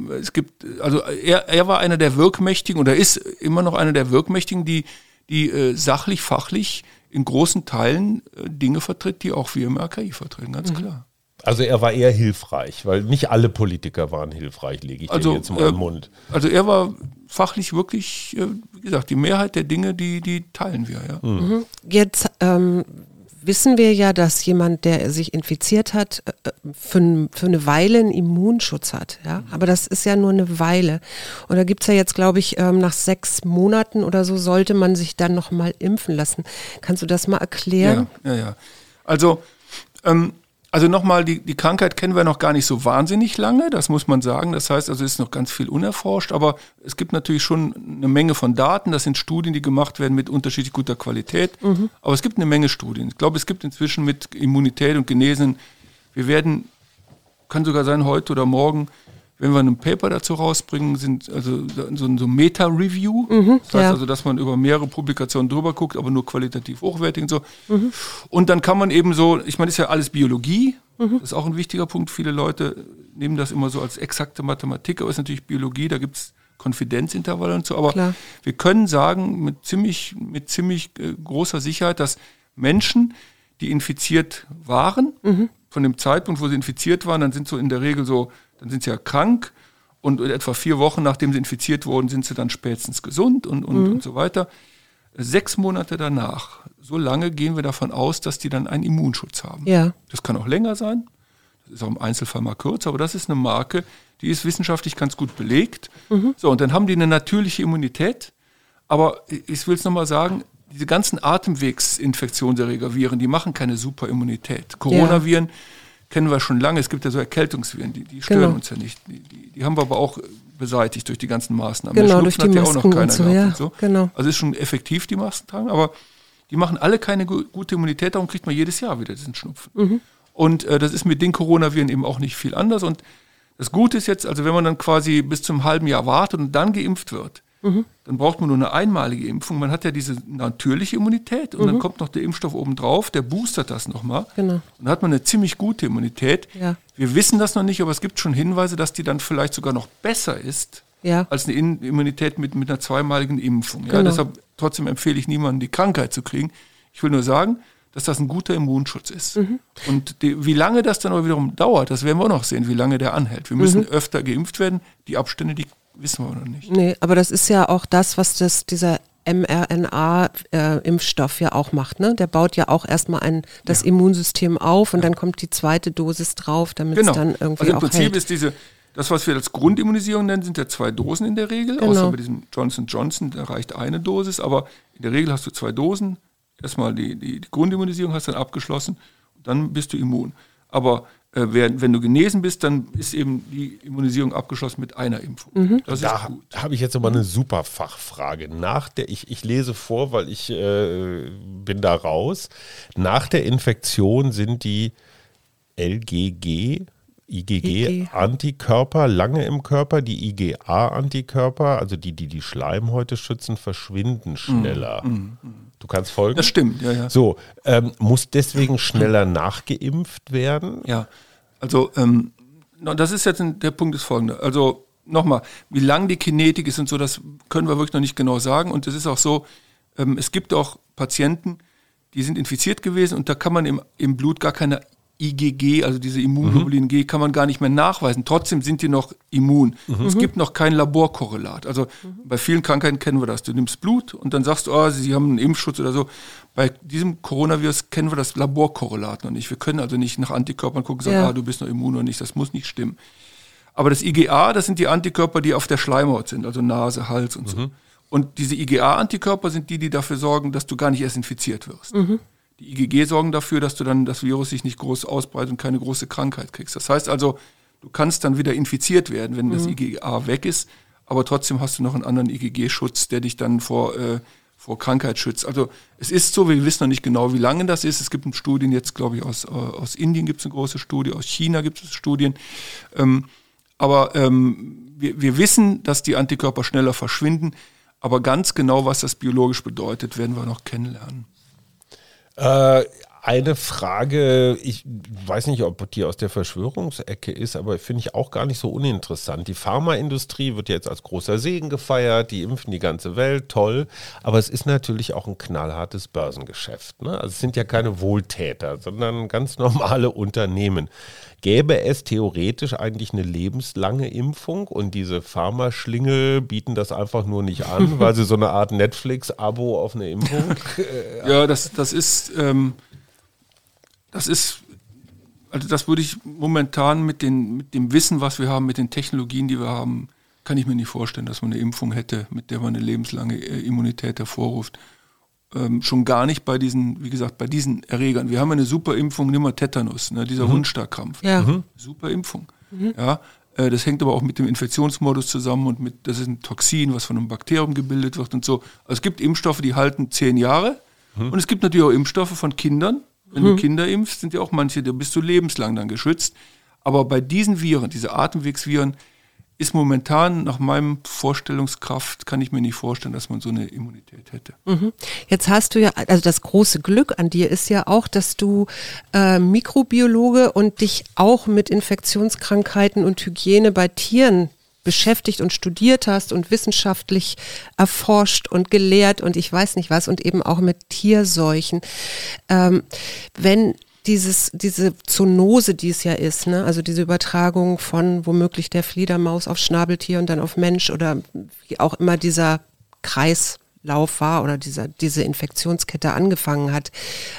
er war einer der Wirkmächtigen oder ist immer noch einer der Wirkmächtigen, die sachlich, fachlich in großen Teilen Dinge vertritt, die auch wir im RKI vertreten, ganz klar. Also er war eher hilfreich, weil nicht alle Politiker waren hilfreich, lege ich dir jetzt mal in den Mund. Also er war fachlich wirklich, wie gesagt, die Mehrheit der Dinge, die teilen wir. Ja. Jetzt wissen wir ja, dass jemand, der sich infiziert hat, für eine Weile einen Immunschutz hat. Ja? Aber das ist ja nur eine Weile. Und da gibt es ja jetzt, glaube ich, nach 6 Monaten oder so sollte man sich dann nochmal impfen lassen. Kannst du das mal erklären? Ja. Also nochmal, die Krankheit kennen wir noch gar nicht so wahnsinnig lange, das muss man sagen. Das heißt, also ist noch ganz viel unerforscht, aber es gibt natürlich schon eine Menge von Daten. Das sind Studien, die gemacht werden mit unterschiedlich guter Qualität. Aber es gibt eine Menge Studien. Ich glaube, es gibt inzwischen mit Immunität und Genesen, kann sogar sein heute oder morgen, wenn wir ein Paper dazu rausbringen, sind also so Meta-Review. Das heißt also, dass man über mehrere Publikationen drüber guckt, aber nur qualitativ hochwertig und so. Und dann kann man eben so, ich meine, das ist ja alles Biologie, Das ist auch ein wichtiger Punkt. Viele Leute nehmen das immer so als exakte Mathematik, aber es ist natürlich Biologie, da gibt es Konfidenzintervalle und so. Aber Klar. wir können sagen mit ziemlich großer Sicherheit, dass Menschen, die infiziert waren, von dem Zeitpunkt, wo sie infiziert waren, dann sind so in der Regel dann sind sie ja krank und etwa 4 Wochen, nachdem sie infiziert wurden, sind sie dann spätestens gesund und so weiter. 6 Monate danach, so lange gehen wir davon aus, dass die dann einen Immunschutz haben. Ja. Das kann auch länger sein, das ist auch im Einzelfall mal kürzer, aber das ist eine Marke, die ist wissenschaftlich ganz gut belegt. So, und dann haben die eine natürliche Immunität, aber ich will es nochmal sagen, diese ganzen Atemwegsinfektionserreger, Viren, die machen keine Superimmunität. Coronaviren kennen wir schon lange, es gibt ja so Erkältungsviren, die stören uns ja nicht. Die haben wir aber auch beseitigt durch die ganzen Maßnahmen. Genau, der Schnupfen durch die hat ja auch noch Masken keiner und so, gehabt ja, und so. genau. Also ist schon effektiv, die Masken tragen, aber die machen alle keine gute Immunität, darum kriegt man jedes Jahr wieder diesen Schnupfen. Und das ist mit den Coronaviren eben auch nicht viel anders. Und das Gute ist jetzt, also wenn man dann quasi bis zum halben Jahr wartet und dann geimpft wird, dann braucht man nur eine einmalige Impfung. Man hat ja diese natürliche Immunität und dann kommt noch der Impfstoff obendrauf, der boostert das nochmal. Genau. Und dann hat man eine ziemlich gute Immunität. Ja. Wir wissen das noch nicht, aber es gibt schon Hinweise, dass die dann vielleicht sogar noch besser ist als eine Immunität mit einer zweimaligen Impfung. Ja? Genau. Deshalb trotzdem empfehle ich niemandem, die Krankheit zu kriegen. Ich will nur sagen, dass das ein guter Immunschutz ist. Und wie lange das dann aber wiederum dauert, das werden wir auch noch sehen, wie lange der anhält. Wir müssen öfter geimpft werden. Die Abstände, die wissen wir noch nicht. Nee, aber das ist ja auch das, was dieser mRNA-Impfstoff ja auch macht. Ne? Der baut ja auch erstmal das Immunsystem auf und dann kommt die zweite Dosis drauf, damit es dann irgendwie also im auch Prinzip hält. ist das, was wir als Grundimmunisierung nennen, sind ja 2 Dosen in der Regel. Genau. Außer bei diesem Johnson & Johnson, da reicht eine Dosis. Aber in der Regel hast du 2 Dosen. Erstmal die Grundimmunisierung hast du dann abgeschlossen und dann bist du immun. Aber wenn du genesen bist, dann ist eben die Immunisierung abgeschlossen mit einer Impfung. Das ist gut. Da habe ich jetzt aber eine super Fachfrage. Ich lese vor, weil ich bin da raus. Nach der Infektion sind die IgG-Antikörper lange im Körper, die IgA-Antikörper, also die Schleimhäute schützen, verschwinden schneller. Du kannst folgen? Das stimmt, ja. So, muss deswegen schneller nachgeimpft werden? Ja, also das ist jetzt der Punkt ist folgender. Also nochmal, wie lang die Kinetik ist und so, das können wir wirklich noch nicht genau sagen. Und es ist auch so, es gibt auch Patienten, die sind infiziert gewesen und da kann man im Blut gar keine IgG, also diese Immunglobulin G, kann man gar nicht mehr nachweisen. Trotzdem sind die noch immun. Es gibt noch kein Laborkorrelat. Also bei vielen Krankheiten kennen wir das. Du nimmst Blut und dann sagst du, sie haben einen Impfschutz oder so. Bei diesem Coronavirus kennen wir das Laborkorrelat noch nicht. Wir können also nicht nach Antikörpern gucken und sagen, du bist noch immun oder nicht. Das muss nicht stimmen. Aber das IgA, das sind die Antikörper, die auf der Schleimhaut sind, also Nase, Hals und so. Und diese IgA-Antikörper sind die dafür sorgen, dass du gar nicht erst infiziert wirst. Die IgG sorgen dafür, dass du dann das Virus sich nicht groß ausbreitet und keine große Krankheit kriegst. Das heißt also, du kannst dann wieder infiziert werden, wenn das IgA weg ist, aber trotzdem hast du noch einen anderen IgG-Schutz, der dich dann vor Krankheit schützt. Also es ist so, wir wissen noch nicht genau, wie lange das ist. Es gibt Studien jetzt, glaube ich, aus Indien gibt es eine große Studie, aus China gibt es Studien. Aber wir wissen, dass die Antikörper schneller verschwinden, aber ganz genau, was das biologisch bedeutet, werden wir noch kennenlernen. Eine Frage, ich weiß nicht, ob die aus der Verschwörungsecke ist, aber finde ich auch gar nicht so uninteressant. Die Pharmaindustrie wird jetzt als großer Segen gefeiert, die impfen die ganze Welt, toll, aber es ist natürlich auch ein knallhartes Börsengeschäft. Ne? Also es sind ja keine Wohltäter, sondern ganz normale Unternehmen. Gäbe es theoretisch eigentlich eine lebenslange Impfung und diese Pharmaschlingel bieten das einfach nur nicht an, weil sie so eine Art Netflix-Abo auf eine Impfung Ja, das ist, also das würde ich momentan mit dem Wissen, was wir haben, mit den Technologien, die wir haben, kann ich mir nicht vorstellen, dass man eine Impfung hätte, mit der man eine lebenslange Immunität hervorruft. Schon gar nicht bei diesen Erregern. Wir haben eine super Impfung, nimm mal Tetanus, ne, dieser Hundstarkrampf. Ja. Super Impfung. Ja, das hängt aber auch mit dem Infektionsmodus zusammen und das ist ein Toxin, was von einem Bakterium gebildet wird und so. Also es gibt Impfstoffe, die halten 10 Jahre und es gibt natürlich auch Impfstoffe von Kindern. Wenn du Kinder impfst, sind ja auch manche, da bist du lebenslang dann geschützt. Aber bei diesen Viren, diese Atemwegsviren, ist momentan nach meinem Vorstellungskraft, kann ich mir nicht vorstellen, dass man so eine Immunität hätte. Jetzt hast du ja, also das große Glück an dir ist ja auch, dass du Mikrobiologe und dich auch mit Infektionskrankheiten und Hygiene bei Tieren beschäftigt und studiert hast und wissenschaftlich erforscht und gelehrt und ich weiß nicht was und eben auch mit Tierseuchen. Wenn diese Zoonose, die es ja ist, ne? Also diese Übertragung von womöglich der Fledermaus auf Schnabeltier und dann auf Mensch oder wie auch immer dieser Kreislauf war oder diese Infektionskette angefangen hat.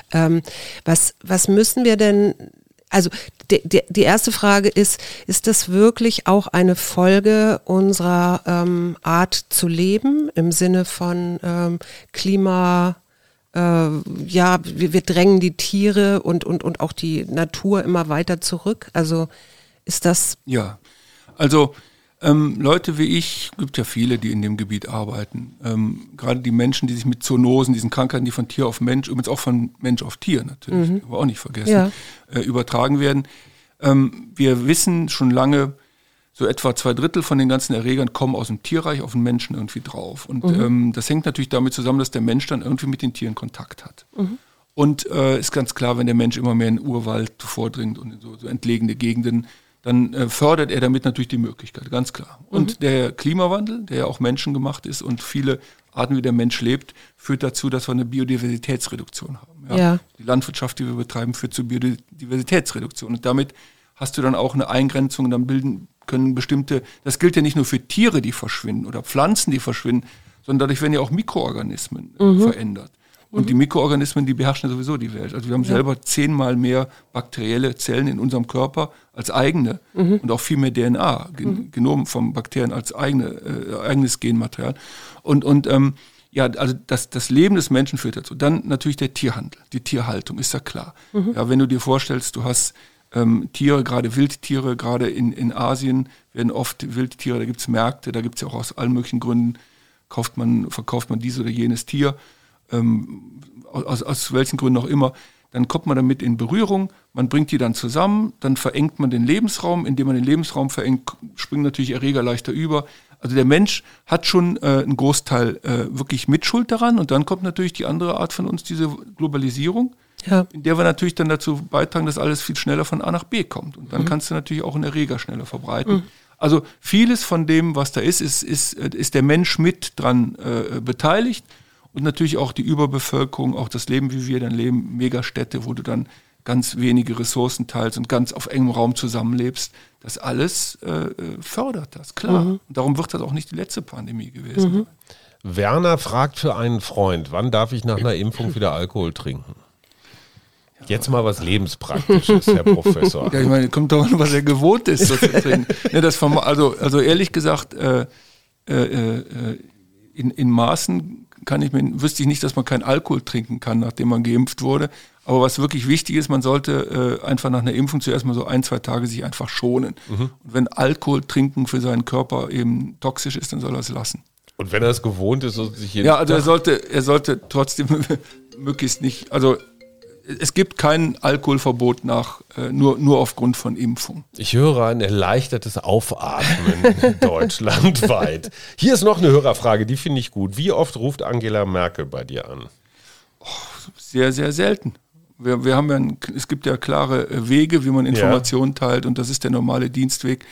Was müssen wir denn, also die erste Frage ist das wirklich auch eine Folge unserer Art zu leben im Sinne von Klima, wir drängen die Tiere und auch die Natur immer weiter zurück. Also ist das... Ja, also Leute wie ich, gibt ja viele, die in dem Gebiet arbeiten. Gerade die Menschen, die sich mit Zoonosen, diesen Krankheiten, die von Tier auf Mensch, übrigens auch von Mensch auf Tier natürlich, aber auch nicht vergessen, übertragen werden. Wir wissen schon lange, so etwa 2/3 von den ganzen Erregern kommen aus dem Tierreich auf den Menschen irgendwie drauf. Und das hängt natürlich damit zusammen, dass der Mensch dann irgendwie mit den Tieren Kontakt hat. Und ist ganz klar, wenn der Mensch immer mehr in den Urwald vordringt und in so entlegene Gegenden, dann fördert er damit natürlich die Möglichkeit, ganz klar. Und der Klimawandel, der ja auch menschengemacht ist und viele Arten, wie der Mensch lebt, führt dazu, dass wir eine Biodiversitätsreduktion haben. Ja? Die Landwirtschaft, die wir betreiben, führt zur Biodiversitätsreduktion. Und damit hast du dann auch eine Eingrenzung und dann können bestimmte, das gilt ja nicht nur für Tiere, die verschwinden oder Pflanzen, die verschwinden, sondern dadurch werden ja auch Mikroorganismen verändert. Und die Mikroorganismen, die beherrschen ja sowieso die Welt. Also wir haben selber 10-mal mehr bakterielle Zellen in unserem Körper als eigene und auch viel mehr DNA, Genom von Bakterien als eigenes Genmaterial. Also das Leben des Menschen führt dazu. Dann natürlich der Tierhandel, die Tierhaltung, ist ja klar. Ja, wenn du dir vorstellst, du hast Tiere, gerade Wildtiere, gerade in Asien werden oft Wildtiere, da gibt es Märkte, da gibt es ja auch aus allen möglichen Gründen, verkauft man dieses oder jenes Tier, aus welchen Gründen auch immer, dann kommt man damit in Berührung, man bringt die dann zusammen, dann verengt man den Lebensraum, indem man den Lebensraum verengt, springen natürlich Erreger leichter über. Also der Mensch hat schon einen Großteil wirklich Mitschuld daran und dann kommt natürlich die andere Art von uns, diese Globalisierung, in der wir natürlich dann dazu beitragen, dass alles viel schneller von A nach B kommt. Und dann kannst du natürlich auch einen Erreger schneller verbreiten. Also vieles von dem, was da ist der Mensch mit dran beteiligt. Und natürlich auch die Überbevölkerung, auch das Leben, wie wir dann leben, Megastädte, wo du dann ganz wenige Ressourcen teilst und ganz auf engem Raum zusammenlebst. Das alles fördert das, klar. Und darum wird das auch nicht die letzte Pandemie gewesen sein. Werner fragt für einen Freund, wann darf ich nach einer Impfung wieder Alkohol trinken? Jetzt mal was Lebenspraktisches, Herr Professor. Ja, ich meine, kommt doch an, was er gewohnt ist, so zu trinken. Also ehrlich gesagt, in Maßen wüsste ich nicht, dass man keinen Alkohol trinken kann, nachdem man geimpft wurde. Aber was wirklich wichtig ist, man sollte einfach nach einer Impfung zuerst mal so 1-2 Tage sich einfach schonen. Und wenn Alkohol trinken für seinen Körper eben toxisch ist, dann soll er es lassen. Und wenn er es gewohnt ist, sollte sich jeden Tag... Ja, also er sollte trotzdem möglichst nicht... Also es gibt kein Alkoholverbot nur aufgrund von Impfung. Ich höre ein erleichtertes Aufatmen deutschlandweit. Hier ist noch eine Hörerfrage, die finde ich gut. Wie oft ruft Angela Merkel bei dir an? Sehr, sehr selten. Wir haben es gibt ja klare Wege, wie man Informationen teilt und das ist der normale Dienstweg.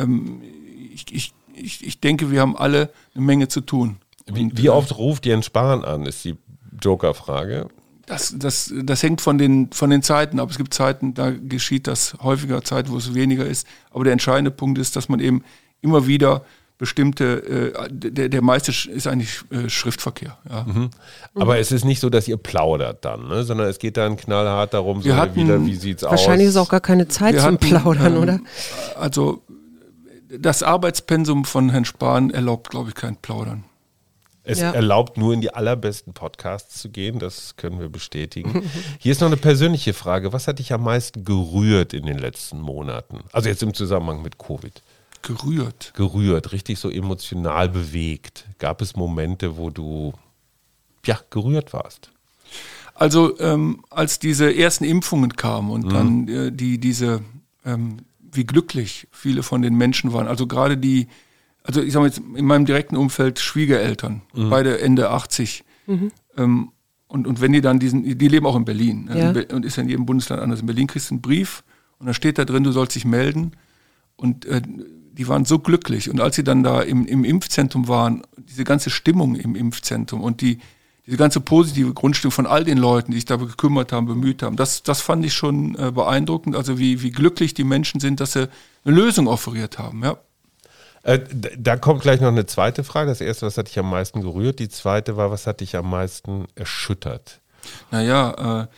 Ich denke, wir haben alle eine Menge zu tun. Wie oft ruft Jens Spahn an, ist die Joker-Frage. Das hängt von den Zeiten ab. Es gibt Zeiten, da geschieht das häufiger, Zeiten, wo es weniger ist. Aber der entscheidende Punkt ist, dass man eben immer wieder bestimmte, der meiste ist eigentlich Schriftverkehr. Ja. Aber es ist nicht so, dass ihr plaudert dann, ne? Sondern es geht dann knallhart darum, wie sieht's aus? Wahrscheinlich ist auch gar keine Zeit zum Plaudern, oder? Also das Arbeitspensum von Herrn Spahn erlaubt, glaube ich, kein Plaudern. Es erlaubt nur in die allerbesten Podcasts zu gehen, das können wir bestätigen. Hier ist noch eine persönliche Frage. Was hat dich am meisten gerührt in den letzten Monaten? Also jetzt im Zusammenhang mit Covid. Gerührt, richtig so emotional bewegt. Gab es Momente, wo du gerührt warst? Also als diese ersten Impfungen kamen und dann diese wie glücklich viele von den Menschen waren. Also gerade also ich sage mal jetzt in meinem direkten Umfeld Schwiegereltern, beide Ende 80. Und wenn die dann die leben auch in Berlin, und ist ja in jedem Bundesland anders. In Berlin kriegst du einen Brief und da steht da drin, du sollst dich melden. Und die waren so glücklich. Und als sie dann da im Impfzentrum waren, diese ganze Stimmung im Impfzentrum und diese ganze positive Grundstimmung von all den Leuten, die sich da gekümmert haben, bemüht haben, das fand ich schon beeindruckend. Also wie glücklich die Menschen sind, dass sie eine Lösung offeriert haben. Ja. Da kommt gleich noch eine zweite Frage. Das erste, was hat dich am meisten gerührt? Die zweite war, was hat dich am meisten erschüttert? Naja,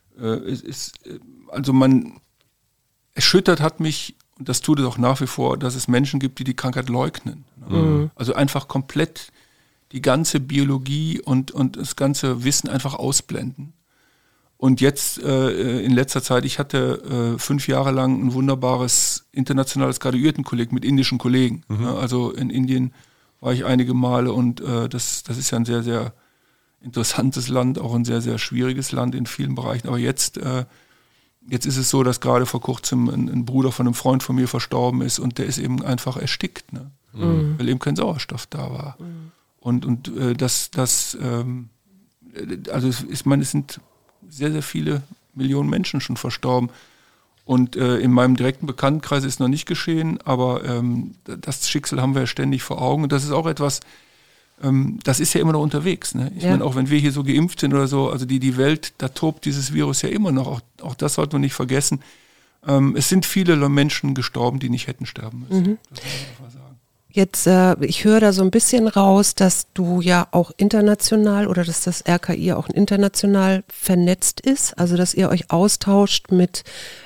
erschüttert hat mich, und das tut es auch nach wie vor, dass es Menschen gibt, die Krankheit leugnen. Also einfach komplett die ganze Biologie und das ganze Wissen einfach ausblenden. Und jetzt in letzter Zeit, ich hatte 5 Jahre lang ein wunderbares internationales Graduiertenkolleg mit indischen Kollegen. Also in Indien war ich einige Male und das ist ja ein sehr, sehr interessantes Land, auch ein sehr, sehr schwieriges Land in vielen Bereichen. Aber jetzt ist es so, dass gerade vor kurzem ein Bruder von einem Freund von mir verstorben ist und der ist eben einfach erstickt, ne? Weil eben kein Sauerstoff da war. Und es sind sehr, sehr viele Millionen Menschen schon verstorben. Und in meinem direkten Bekanntenkreis ist noch nicht geschehen, aber das Schicksal haben wir ja ständig vor Augen. Und das ist auch etwas, das ist ja immer noch unterwegs. Ne? Ich meine, auch wenn wir hier so geimpft sind oder so, also die Welt, da tobt dieses Virus ja immer noch. Auch das sollte man nicht vergessen. Es sind viele Menschen gestorben, die nicht hätten sterben müssen. Das muss man einfach sagen. Jetzt, ich höre da so ein bisschen raus, dass du ja auch international oder dass das RKI auch international vernetzt ist, also dass ihr euch austauscht mit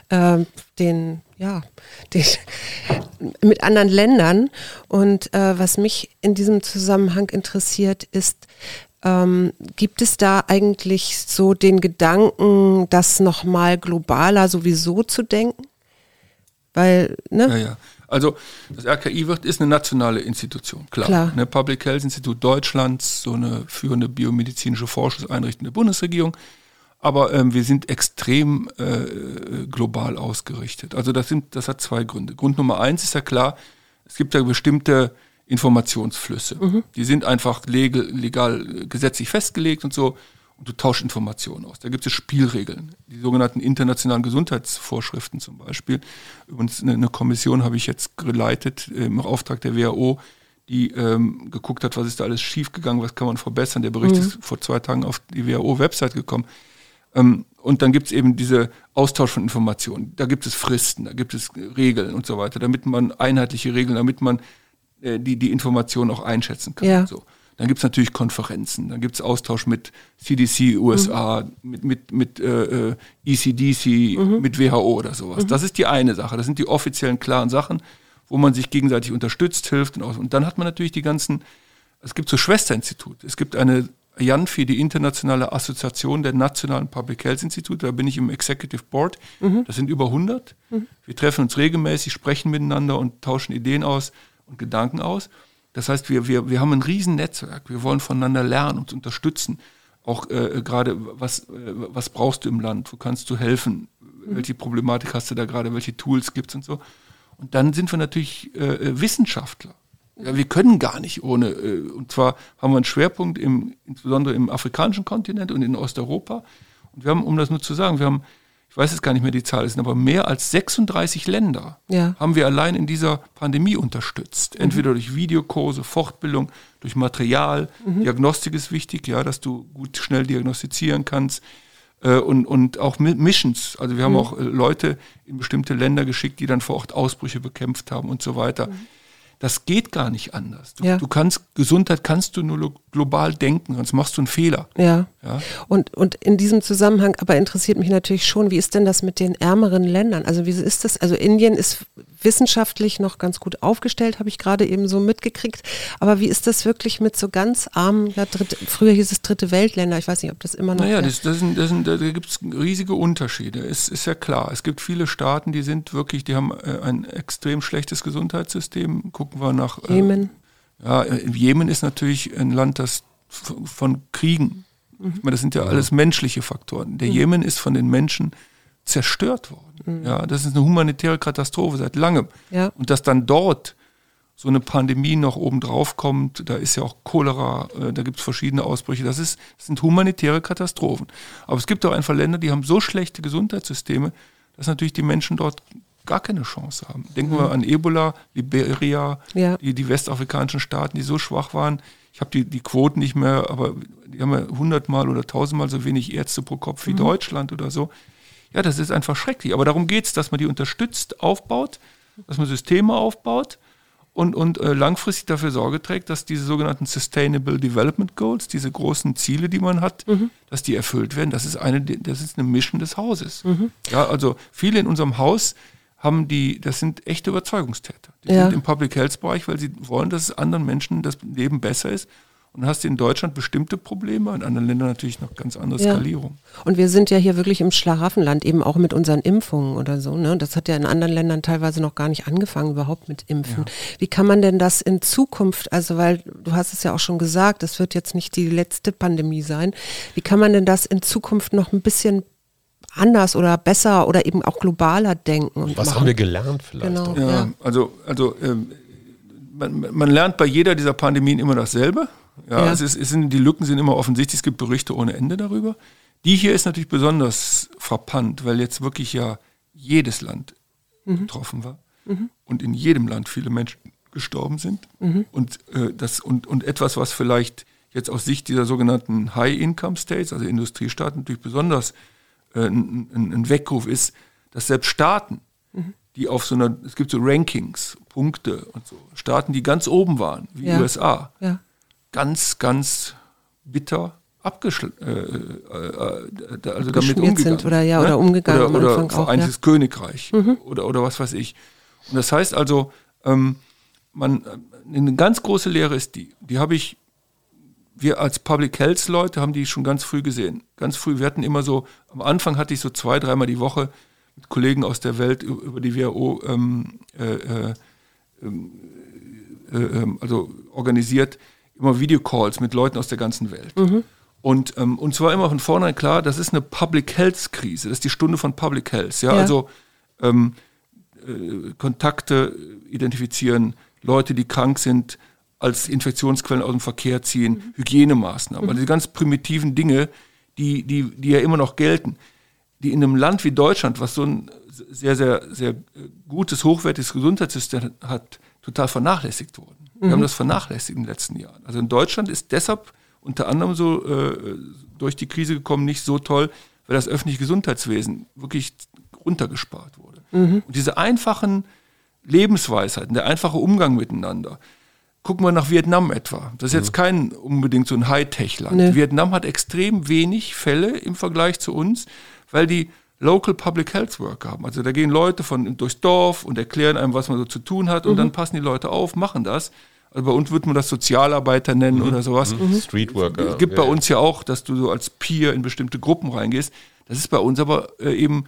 mit anderen Ländern. Und was mich in diesem Zusammenhang interessiert ist, gibt es da eigentlich so den Gedanken, das nochmal globaler sowieso zu denken? Weil, ne? Ja. Also das RKI ist eine nationale Institution, klar. Ne, Public Health Institut Deutschlands, so eine führende biomedizinische Forschungseinrichtung der Bundesregierung. Aber wir sind extrem global ausgerichtet. Also das hat 2 Gründe. Grund Nummer 1 ist ja klar, es gibt ja bestimmte Informationsflüsse. Die sind einfach legal gesetzlich festgelegt und so. Und du tauschst Informationen aus. Da gibt es Spielregeln, die sogenannten internationalen Gesundheitsvorschriften zum Beispiel. Übrigens eine Kommission habe ich jetzt geleitet im Auftrag der WHO, die geguckt hat, was ist da alles schiefgegangen, was kann man verbessern. Der Bericht ist vor 2 Tagen auf die WHO-Website gekommen. Und dann gibt es eben diese Austausch von Informationen. Da gibt es Fristen, da gibt es Regeln und so weiter, damit man einheitliche Regeln, damit man die Informationen auch einschätzen kann. Ja. So. Dann gibt es natürlich Konferenzen, dann gibt es Austausch mit CDC, USA, mit ECDC, mit WHO oder sowas. Das ist die eine Sache, das sind die offiziellen, klaren Sachen, wo man sich gegenseitig unterstützt, hilft. Und dann hat man natürlich es gibt so Schwesterinstitute. Es gibt eine IANFI, die Internationale Assoziation der Nationalen Public Health Institute, da bin ich im Executive Board, das sind über 100. Wir treffen uns regelmäßig, sprechen miteinander und tauschen Ideen aus und Gedanken aus. Das heißt, wir haben ein riesen Netzwerk, wir wollen voneinander lernen und unterstützen. Auch gerade, was brauchst du im Land, wo kannst du helfen, welche Problematik hast du da gerade, welche Tools gibt es und so. Und dann sind wir natürlich Wissenschaftler. Ja, wir können gar nicht ohne, und zwar haben wir einen Schwerpunkt insbesondere im afrikanischen Kontinent und in Osteuropa. Und wir haben, um das nur zu sagen, ich weiß jetzt gar nicht mehr die Zahl, es sind aber mehr als 36 Länder haben wir allein in dieser Pandemie unterstützt. Entweder durch Videokurse, Fortbildung, durch Material. Diagnostik ist wichtig, ja, dass du gut schnell diagnostizieren kannst. Und auch Missions. Also wir haben auch Leute in bestimmte Länder geschickt, die dann vor Ort Ausbrüche bekämpft haben und so weiter. Das geht gar nicht anders. Gesundheit kannst du nur global denken, sonst machst du einen Fehler. Ja. Und in diesem Zusammenhang aber interessiert mich natürlich schon, wie ist denn das mit den ärmeren Ländern? Also wie ist das? Also Indien ist wissenschaftlich noch ganz gut aufgestellt, habe ich gerade eben so mitgekriegt. Aber wie ist das wirklich mit so ganz armen, früher hieß es Dritte Weltländer, ich weiß nicht, ob das immer noch... Naja, da gibt es riesige Unterschiede. Es ist ja klar, es gibt viele Staaten, die haben ein extrem schlechtes Gesundheitssystem. Gucken wir nach... Jemen. Jemen ist natürlich ein Land, das von Kriegen, ich meine, das sind ja alles menschliche Faktoren. Der Jemen ist von den Menschen zerstört worden. Ja, das ist eine humanitäre Katastrophe seit langem. Ja. Und dass dann dort so eine Pandemie noch obendrauf kommt, da ist ja auch Cholera, da gibt es verschiedene Ausbrüche, das sind humanitäre Katastrophen. Aber es gibt auch einfach Länder, die haben so schlechte Gesundheitssysteme, dass natürlich die Menschen dort gar keine Chance haben. Denken wir an Ebola, Liberia, die westafrikanischen Staaten, die so schwach waren. Ich habe die Quoten nicht mehr, aber die haben ja 100-mal oder 1000-mal so wenig Ärzte pro Kopf wie Deutschland oder so. Ja, das ist einfach schrecklich. Aber darum geht es, dass man die unterstützt, aufbaut, dass man Systeme aufbaut und langfristig dafür Sorge trägt, dass diese sogenannten Sustainable Development Goals, diese großen Ziele, die man hat, dass die erfüllt werden. Das ist eine Mission des Hauses. Ja, also viele in unserem Haus das sind echte Überzeugungstäter. Die sind im Public Health Bereich, weil sie wollen, dass es anderen Menschen das Leben besser ist. Und dann hast du in Deutschland bestimmte Probleme, in anderen Ländern natürlich noch ganz andere Skalierung. Und wir sind ja hier wirklich im Schlaraffenland, eben auch mit unseren Impfungen oder so. Ne? Das hat ja in anderen Ländern teilweise noch gar nicht angefangen, überhaupt mit Impfen. Ja. Wie kann man denn das in Zukunft, also weil du hast es ja auch schon gesagt, es wird jetzt nicht die letzte Pandemie sein. Wie kann man denn das in Zukunft noch ein bisschen anders oder besser oder eben auch globaler denken und was machen? Haben wir gelernt vielleicht? Genau, ja. Also man lernt bei jeder dieser Pandemien immer dasselbe. Ja. Die Lücken sind immer offensichtlich, es gibt Berichte ohne Ende darüber. Die hier ist natürlich besonders frappant, weil jetzt wirklich ja jedes Land betroffen war und in jedem Land viele Menschen gestorben sind. Und etwas, was vielleicht jetzt aus Sicht dieser sogenannten High-Income-States, also Industriestaaten, natürlich besonders ein Weckruf ist, dass selbst Staaten, die auf es gibt so Rankings, Punkte und so, Staaten, die ganz oben waren, wie USA, ganz, ganz bitter damit umgegangen sind oder umgegangen oder Vereinigtes Königreich oder was weiß ich. Und das heißt also, eine ganz große Lehre ist wir als Public Health Leute haben die schon ganz früh gesehen. Ganz früh, wir hatten immer so, am Anfang hatte ich so 2-3 Mal die Woche mit Kollegen aus der Welt über die WHO also organisiert, immer Videocalls mit Leuten aus der ganzen Welt. Und zwar immer von vornherein klar, das ist eine Public Health Krise, das ist die Stunde von Public Health. Ja? Also Kontakte identifizieren, Leute, die krank sind, als Infektionsquellen aus dem Verkehr ziehen, Hygienemaßnahmen, also die ganz primitiven Dinge, die ja immer noch gelten, die in einem Land wie Deutschland, was so ein sehr, sehr, sehr gutes, hochwertiges Gesundheitssystem hat, total vernachlässigt wurden. Wir haben das vernachlässigt in den letzten Jahren. Also in Deutschland ist deshalb unter anderem so durch die Krise gekommen, nicht so toll, weil das öffentliche Gesundheitswesen wirklich runtergespart wurde. Und diese einfachen Lebensweisheiten, der einfache Umgang miteinander. Gucken wir nach Vietnam etwa. Das ist jetzt kein unbedingt so ein Hightech-Land. Nee. Vietnam hat extrem wenig Fälle im Vergleich zu uns, weil die Local Public Health Worker haben. Also da gehen Leute durchs Dorf und erklären einem, was man so zu tun hat und dann passen die Leute auf, machen das. Also bei uns würde man das Sozialarbeiter nennen oder sowas. Streetworker. Es gibt bei uns ja auch, dass du so als Peer in bestimmte Gruppen reingehst. Das ist bei uns aber eben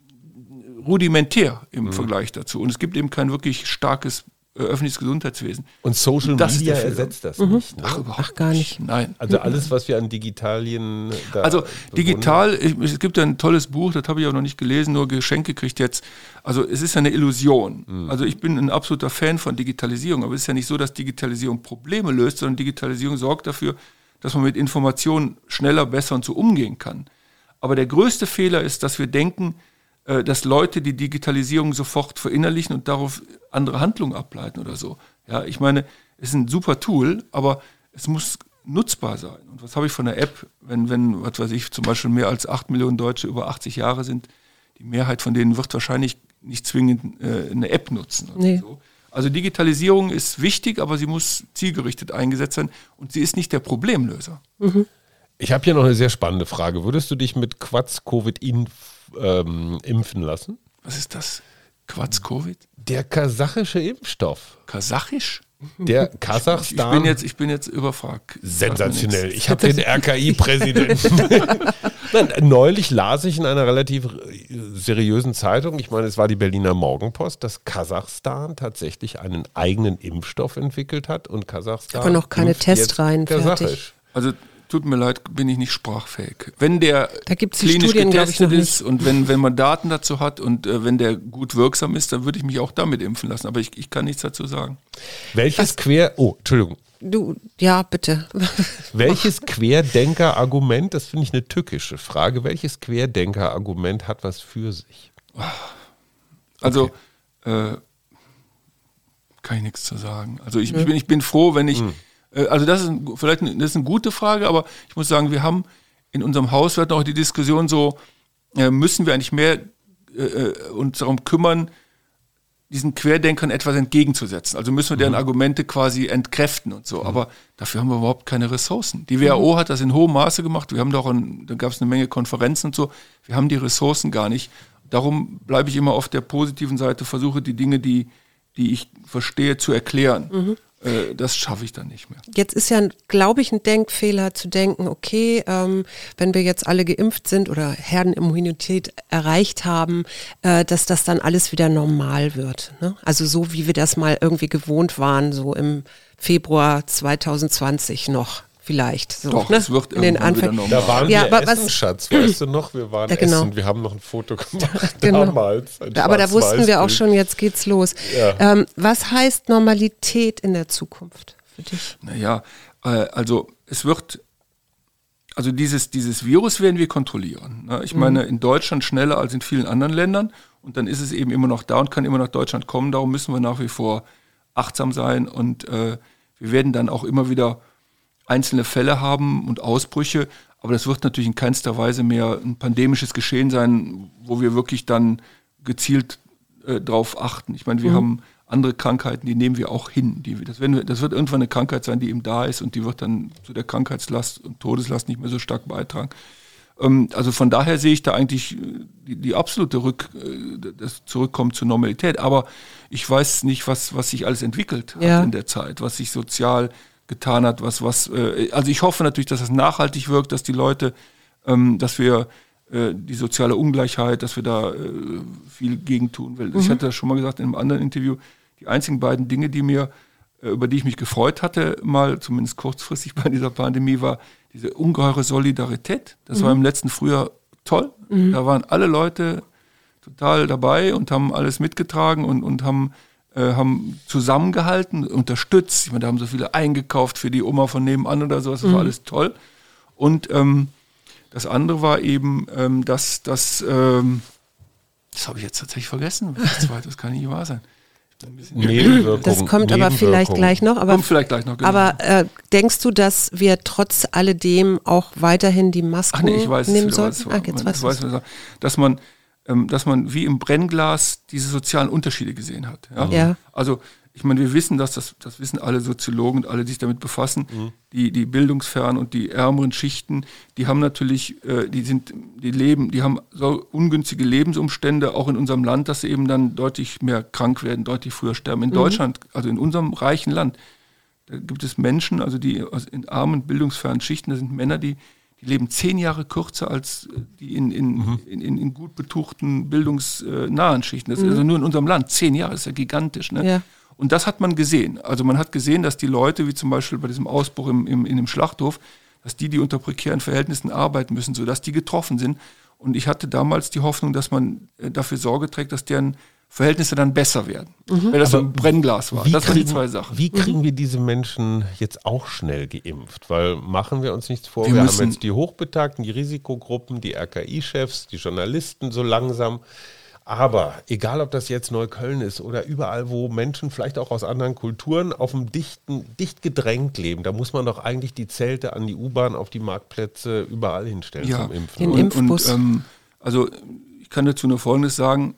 rudimentär im Vergleich dazu. Und es gibt eben kein wirklich starkes öffentliches Gesundheitswesen. Und Social Media ersetzt das nicht. Ne? Ach, gar nicht. Nein. Also alles, was wir an Digitalien Also digital, es gibt ein tolles Buch, das habe ich auch noch nicht gelesen, nur geschenkt gekriegt jetzt. Also es ist ja eine Illusion. Also ich bin ein absoluter Fan von Digitalisierung, aber es ist ja nicht so, dass Digitalisierung Probleme löst, sondern Digitalisierung sorgt dafür, dass man mit Informationen schneller, besser und so umgehen kann. Aber der größte Fehler ist, dass wir denken, dass Leute die Digitalisierung sofort verinnerlichen und darauf andere Handlungen ableiten oder so. Ja, ich meine, es ist ein super Tool, aber es muss nutzbar sein. Und was habe ich von der App, wenn was weiß ich, zum Beispiel mehr als 8 Millionen Deutsche über 80 Jahre sind, die Mehrheit von denen wird wahrscheinlich nicht zwingend eine App nutzen. Oder so. Also Digitalisierung ist wichtig, aber sie muss zielgerichtet eingesetzt sein und sie ist nicht der Problemlöser. Ich habe hier noch eine sehr spannende Frage. Würdest du dich mit Quats-Covid impfen lassen? Was ist das? Quats-Covid? Der kasachische Impfstoff. Kasachisch? Der Kasachstan. Ich bin jetzt überfragt. Sensationell. Ich habe den RKI-Präsidenten. Neulich las ich in einer relativ seriösen Zeitung, ich meine, es war die Berliner Morgenpost, dass Kasachstan tatsächlich einen eigenen Impfstoff entwickelt hat und Kasachstan. Aber noch keine Testreihen fertig. Also tut mir leid, bin ich nicht sprachfähig. Wenn der da gibt's die klinisch Studien, getestet ist und wenn man Daten dazu hat und wenn der gut wirksam ist, dann würde ich mich auch damit impfen lassen. Aber ich kann nichts dazu sagen. Entschuldigung. Ja, bitte. Welches Querdenker-Argument, das finde ich eine tückische Frage, welches Querdenker-Argument hat was für sich? Also, kann ich nichts zu sagen. Also ich bin froh, wenn ich, also das ist eine gute Frage, aber ich muss sagen, wir haben in unserem Hauswert noch die Diskussion so, müssen wir eigentlich mehr uns darum kümmern, diesen Querdenkern etwas entgegenzusetzen. Also müssen wir deren Argumente quasi entkräften und so. Aber dafür haben wir überhaupt keine Ressourcen. Die WHO hat das in hohem Maße gemacht. Wir haben da gab es eine Menge Konferenzen und so. Wir haben die Ressourcen gar nicht. Darum bleibe ich immer auf der positiven Seite, versuche die Dinge, die ich verstehe, zu erklären. Das schaffe ich dann nicht mehr. Jetzt ist ja, glaube ich, ein Denkfehler zu denken, okay, wenn wir jetzt alle geimpft sind oder Herdenimmunität erreicht haben, dass das dann alles wieder normal wird. Ne? Also so, wie wir das mal irgendwie gewohnt waren, so im Februar 2020 noch. Vielleicht. So, Doch, ne? es wird in den irgendwann wieder normal. Da waren ja, wir essen, Schatz, weißt du noch? Wir waren essen, wir haben noch ein Foto gemacht damals. Aber da wussten wir auch schon, jetzt geht's los. Ja. Was heißt Normalität in der Zukunft für dich? Naja, also dieses Virus werden wir kontrollieren. Ne? Ich meine, in Deutschland schneller als in vielen anderen Ländern und dann ist es eben immer noch da und kann immer nach Deutschland kommen. Darum müssen wir nach wie vor achtsam sein und wir werden dann auch immer wieder einzelne Fälle haben und Ausbrüche, aber das wird natürlich in keinster Weise mehr ein pandemisches Geschehen sein, wo wir wirklich dann gezielt drauf achten. Ich meine, wir haben andere Krankheiten, die nehmen wir auch hin. Das wird irgendwann eine Krankheit sein, die eben da ist und die wird dann zu der Krankheitslast und Todeslast nicht mehr so stark beitragen. Also von daher sehe ich da eigentlich die absolute das Zurückkommen zur Normalität, aber ich weiß nicht, was sich alles entwickelt hat in der Zeit, was sich sozial getan hat, also ich hoffe natürlich, dass das nachhaltig wirkt, dass die Leute, dass wir die soziale Ungleichheit, dass wir da viel gegen tun. Weil ich hatte das schon mal gesagt in einem anderen Interview, die einzigen beiden Dinge, über die ich mich gefreut hatte, mal zumindest kurzfristig bei dieser Pandemie, war diese ungeheure Solidarität. Das war im letzten Frühjahr toll. Da waren alle Leute total dabei und haben alles mitgetragen und haben zusammengehalten, unterstützt. Ich meine, da haben so viele eingekauft für die Oma von nebenan oder sowas. Das war alles toll. Und das andere war eben, das habe ich jetzt tatsächlich vergessen. Das kann nicht wahr sein. Das kommt aber vielleicht gleich noch. Kommt vielleicht gleich noch, genau. Aber denkst du, dass wir trotz alledem auch weiterhin die Masken nehmen sollten? Dass man wie im Brennglas diese sozialen Unterschiede gesehen hat. Ja? Also ich meine, wir wissen, das wissen alle Soziologen und alle, die sich damit befassen, die bildungsfernen und die ärmeren Schichten, die haben natürlich, die haben so ungünstige Lebensumstände, auch in unserem Land, dass sie eben dann deutlich mehr krank werden, deutlich früher sterben. In Deutschland, also in unserem reichen Land, da gibt es Menschen, also die in armen, bildungsfernen Schichten, das sind Männer, die leben 10 Jahre kürzer als die in gut betuchten, bildungsnahen Schichten. Das ist also nur in unserem Land. 10 Jahre, das ist ja gigantisch. Ne? Ja. Und das hat man gesehen. Also man hat gesehen, dass die Leute, wie zum Beispiel bei diesem Ausbruch in dem Schlachthof, dass die unter prekären Verhältnissen arbeiten müssen, sodass die getroffen sind. Und ich hatte damals die Hoffnung, dass man dafür Sorge trägt, dass deren Verhältnisse dann besser werden. Weil das so ein Brennglas war. Das waren die zwei Sachen. Wie kriegen wir diese Menschen jetzt auch schnell geimpft? Weil machen wir uns nichts vor, wir haben jetzt die Hochbetagten, die Risikogruppen, die RKI-Chefs, die Journalisten so langsam. Aber egal, ob das jetzt Neukölln ist oder überall, wo Menschen vielleicht auch aus anderen Kulturen auf dem dicht gedrängt leben, da muss man doch eigentlich die Zelte an die U-Bahn, auf die Marktplätze überall hinstellen zum Impfen. Den Impfbus. Also ich kann dazu nur Folgendes sagen,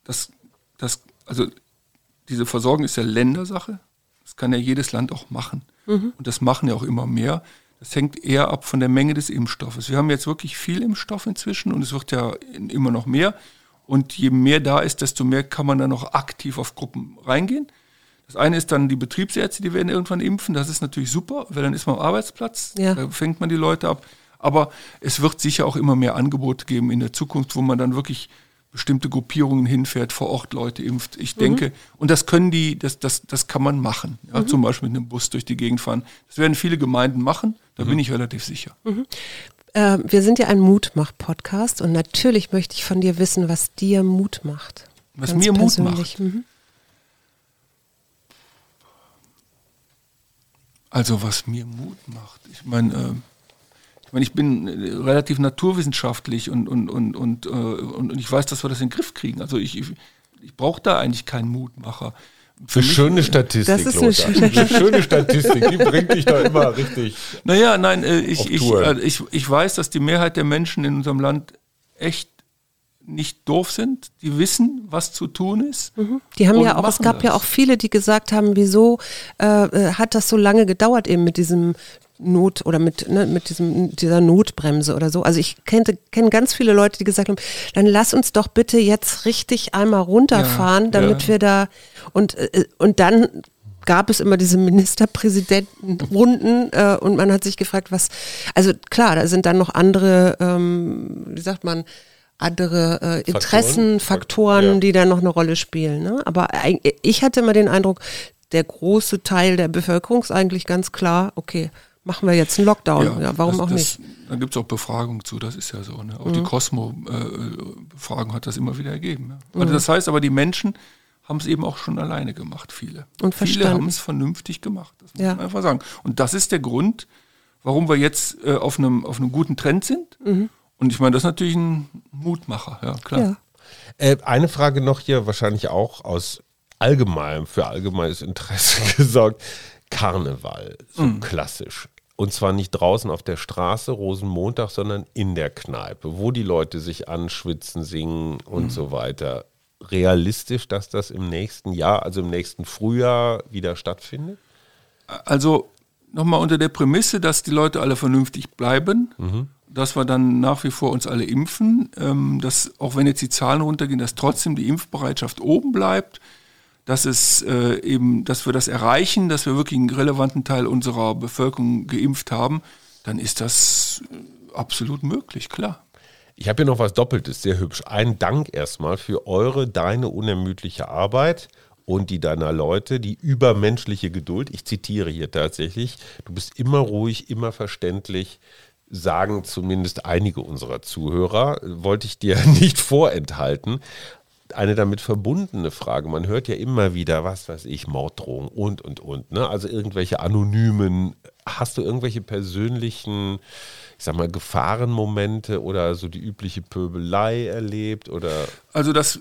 also diese Versorgung ist ja Ländersache. Das kann ja jedes Land auch machen. Und das machen ja auch immer mehr. Das hängt eher ab von der Menge des Impfstoffes. Wir haben jetzt wirklich viel Impfstoff inzwischen und es wird ja immer noch mehr. Und je mehr da ist, desto mehr kann man dann noch aktiv auf Gruppen reingehen. Das eine ist dann die Betriebsärzte, die werden irgendwann impfen. Das ist natürlich super, weil dann ist man am Arbeitsplatz, da fängt man die Leute ab. Aber es wird sicher auch immer mehr Angebote geben in der Zukunft, wo man dann wirklich bestimmte Gruppierungen hinfährt, vor Ort Leute impft. Ich denke, und das können das kann man machen. Ja, zum Beispiel mit einem Bus durch die Gegend fahren. Das werden viele Gemeinden machen, da bin ich relativ sicher. Wir sind ja ein Mutmach-Podcast und natürlich möchte ich von dir wissen, was dir Mut macht. Was mir Mut macht? Also was mir Mut macht. Ich meine, ich bin relativ naturwissenschaftlich und ich weiß, dass wir das in den Griff kriegen. Also ich brauche da eigentlich keinen Mutmacher. Eine schöne Statistik, das ist eine schöne Statistik, die bringt dich da immer richtig. Naja, nein, ich weiß, dass die Mehrheit der Menschen in unserem Land echt nicht doof sind, die wissen, was zu tun ist. Die haben ja auch, es gab ja auch viele, die gesagt haben, wieso hat das so lange gedauert eben mit diesem dieser Notbremse oder so. Also ich kenne ganz viele Leute, die gesagt haben, dann lass uns doch bitte jetzt richtig einmal runterfahren, damit wir da und dann gab es immer diese Ministerpräsidentenrunden und man hat sich gefragt, also klar, da sind dann noch andere, andere Interessen, Faktoren, die da noch eine Rolle spielen. Ne? Aber ich hatte immer den Eindruck, der große Teil der Bevölkerung ist eigentlich ganz klar, okay, machen wir jetzt einen Lockdown. Ja, warum auch nicht? Da gibt es auch Befragungen zu, das ist ja so. Ne? Auch die Cosmo-Befragung hat das immer wieder ergeben. Ja? Also das heißt aber, die Menschen haben es eben auch schon alleine gemacht, viele. Und viele haben es vernünftig gemacht, das muss man einfach sagen. Und das ist der Grund, warum wir jetzt auf einem guten Trend sind. Und ich meine, das ist natürlich ein Mutmacher, ja klar. Ja. Eine Frage noch hier, wahrscheinlich auch für allgemeines Interesse gesorgt. Karneval, so klassisch. Und zwar nicht draußen auf der Straße, Rosenmontag, sondern in der Kneipe, wo die Leute sich anschwitzen, singen und so weiter. Realistisch, dass das im nächsten Jahr, also im nächsten Frühjahr wieder stattfindet? Also nochmal unter der Prämisse, dass die Leute alle vernünftig bleiben, dass wir dann nach wie vor uns alle impfen, dass auch wenn jetzt die Zahlen runtergehen, dass trotzdem die Impfbereitschaft oben bleibt, dass dass wir das erreichen, dass wir wirklich einen relevanten Teil unserer Bevölkerung geimpft haben, dann ist das absolut möglich, klar. Ich habe hier noch was Doppeltes, sehr hübsch. Ein Dank erstmal für deine unermüdliche Arbeit und die deiner Leute, die übermenschliche Geduld. Ich zitiere hier tatsächlich, du bist immer ruhig, immer verständlich, sagen zumindest einige unserer Zuhörer, wollte ich dir nicht vorenthalten. Eine damit verbundene Frage, man hört ja immer wieder, was weiß ich, Morddrohungen und. Ne? Also irgendwelche anonymen, hast du irgendwelche persönlichen, ich sag mal, Gefahrenmomente oder so die übliche Pöbelei erlebt? Oder? Also das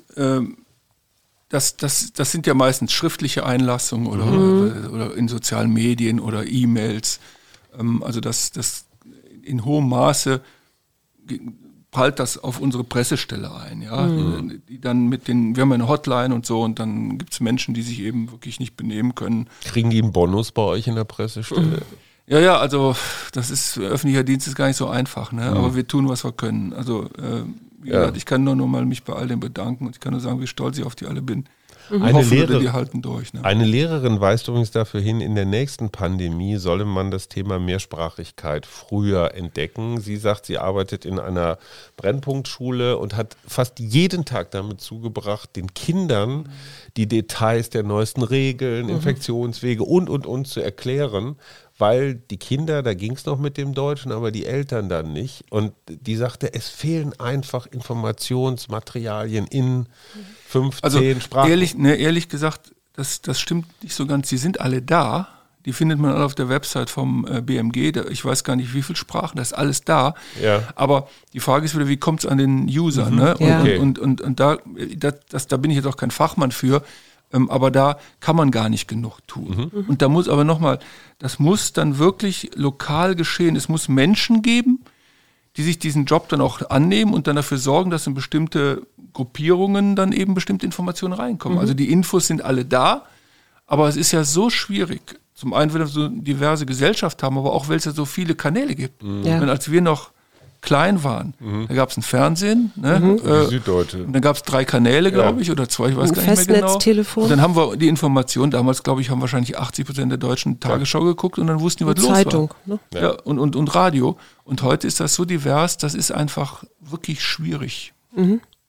sind ja meistens schriftliche Einlassungen oder in sozialen Medien oder E-Mails. Also das in hohem Maße prallt das auf unsere Pressestelle ein, ja. Die dann wir haben eine Hotline und so und dann gibt es Menschen, die sich eben wirklich nicht benehmen können. Kriegen die einen Bonus bei euch in der Pressestelle? Ja, also das ist, öffentlicher Dienst ist gar nicht so einfach, ne? Aber wir tun, was wir können. Also wie gesagt, ich kann nur mal mich bei all dem bedanken und ich kann nur sagen, wie stolz ich auf die alle bin. Die halten durch. Ne? Eine Lehrerin weist übrigens dafür hin, in der nächsten Pandemie solle man das Thema Mehrsprachigkeit früher entdecken. Sie sagt, sie arbeitet in einer Brennpunktschule und hat fast jeden Tag damit zugebracht, den Kindern die Details der neuesten Regeln, Infektionswege und zu erklären, weil die Kinder, da ging es noch mit dem Deutschen, aber die Eltern dann nicht. Und die sagte, es fehlen einfach Informationsmaterialien in 15 Sprachen. Ehrlich gesagt, das stimmt nicht so ganz. Die sind alle da. Die findet man alle auf der Website vom BMG. Ich weiß gar nicht, wie viele Sprachen, das ist alles da. Ja. Aber die Frage ist wieder, wie kommt es an den User? Ne? Und da bin ich jetzt auch kein Fachmann für. Aber da kann man gar nicht genug tun. Und da muss aber nochmal, das muss dann wirklich lokal geschehen. Es muss Menschen geben, die sich diesen Job dann auch annehmen und dann dafür sorgen, dass in bestimmte Gruppierungen dann eben bestimmte Informationen reinkommen. Also die Infos sind alle da, aber es ist ja so schwierig. Zum einen, weil wir so eine diverse Gesellschaft haben, aber auch, weil es ja so viele Kanäle gibt. Wenn, als wir noch klein waren, da gab es ein Fernsehen, die Süddeutsche. Und dann gab es 3 Kanäle, glaube ich, oder 2, ich weiß gar nicht mehr genau. Festnetztelefon. Und dann haben wir die Information, damals, glaube ich, haben wahrscheinlich 80% der Deutschen Tagesschau geguckt und dann wussten die, was los Zeitung, war. Ne? Ja, und Radio. Und heute ist das so divers, das ist einfach wirklich schwierig.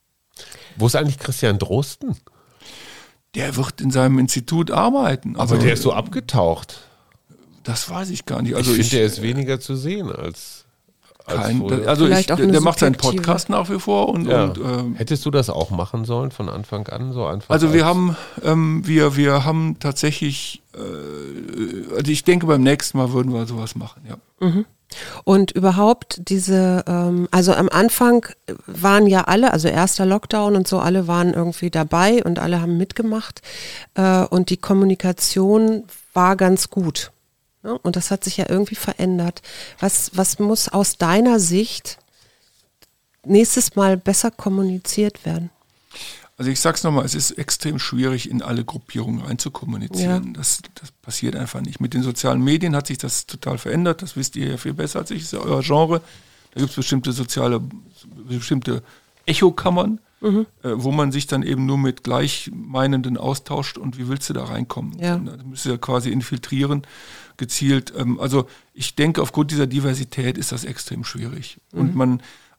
Wo ist eigentlich Christian Drosten? Der wird in seinem Institut arbeiten. Aber der ist so abgetaucht. Das weiß ich gar nicht. Also ich finde, der ist weniger zu sehen als der macht seinen Podcast nach wie vor. Und hättest du das auch machen sollen von Anfang an? So einfach also wir haben tatsächlich, also ich denke, beim nächsten Mal würden wir sowas machen, ja. Mhm. Und überhaupt also am Anfang waren ja alle, also erster Lockdown und so, alle waren irgendwie dabei und alle haben mitgemacht und die Kommunikation war ganz gut. Ja? Und das hat sich ja irgendwie verändert. Was muss aus deiner Sicht nächstes Mal besser kommuniziert werden? Also ich sag's nochmal, es ist extrem schwierig, in alle Gruppierungen reinzukommunizieren. Ja. Das passiert einfach nicht. Mit den sozialen Medien hat sich das total verändert. Das wisst ihr ja viel besser als ich. Das ist ja euer Genre. Da gibt es bestimmte Echokammern, wo man sich dann eben nur mit Gleichmeinenden austauscht. Und wie willst du da reinkommen? Ja. Da müsst ihr ja quasi infiltrieren, gezielt. Also ich denke, aufgrund dieser Diversität ist das extrem schwierig. Und man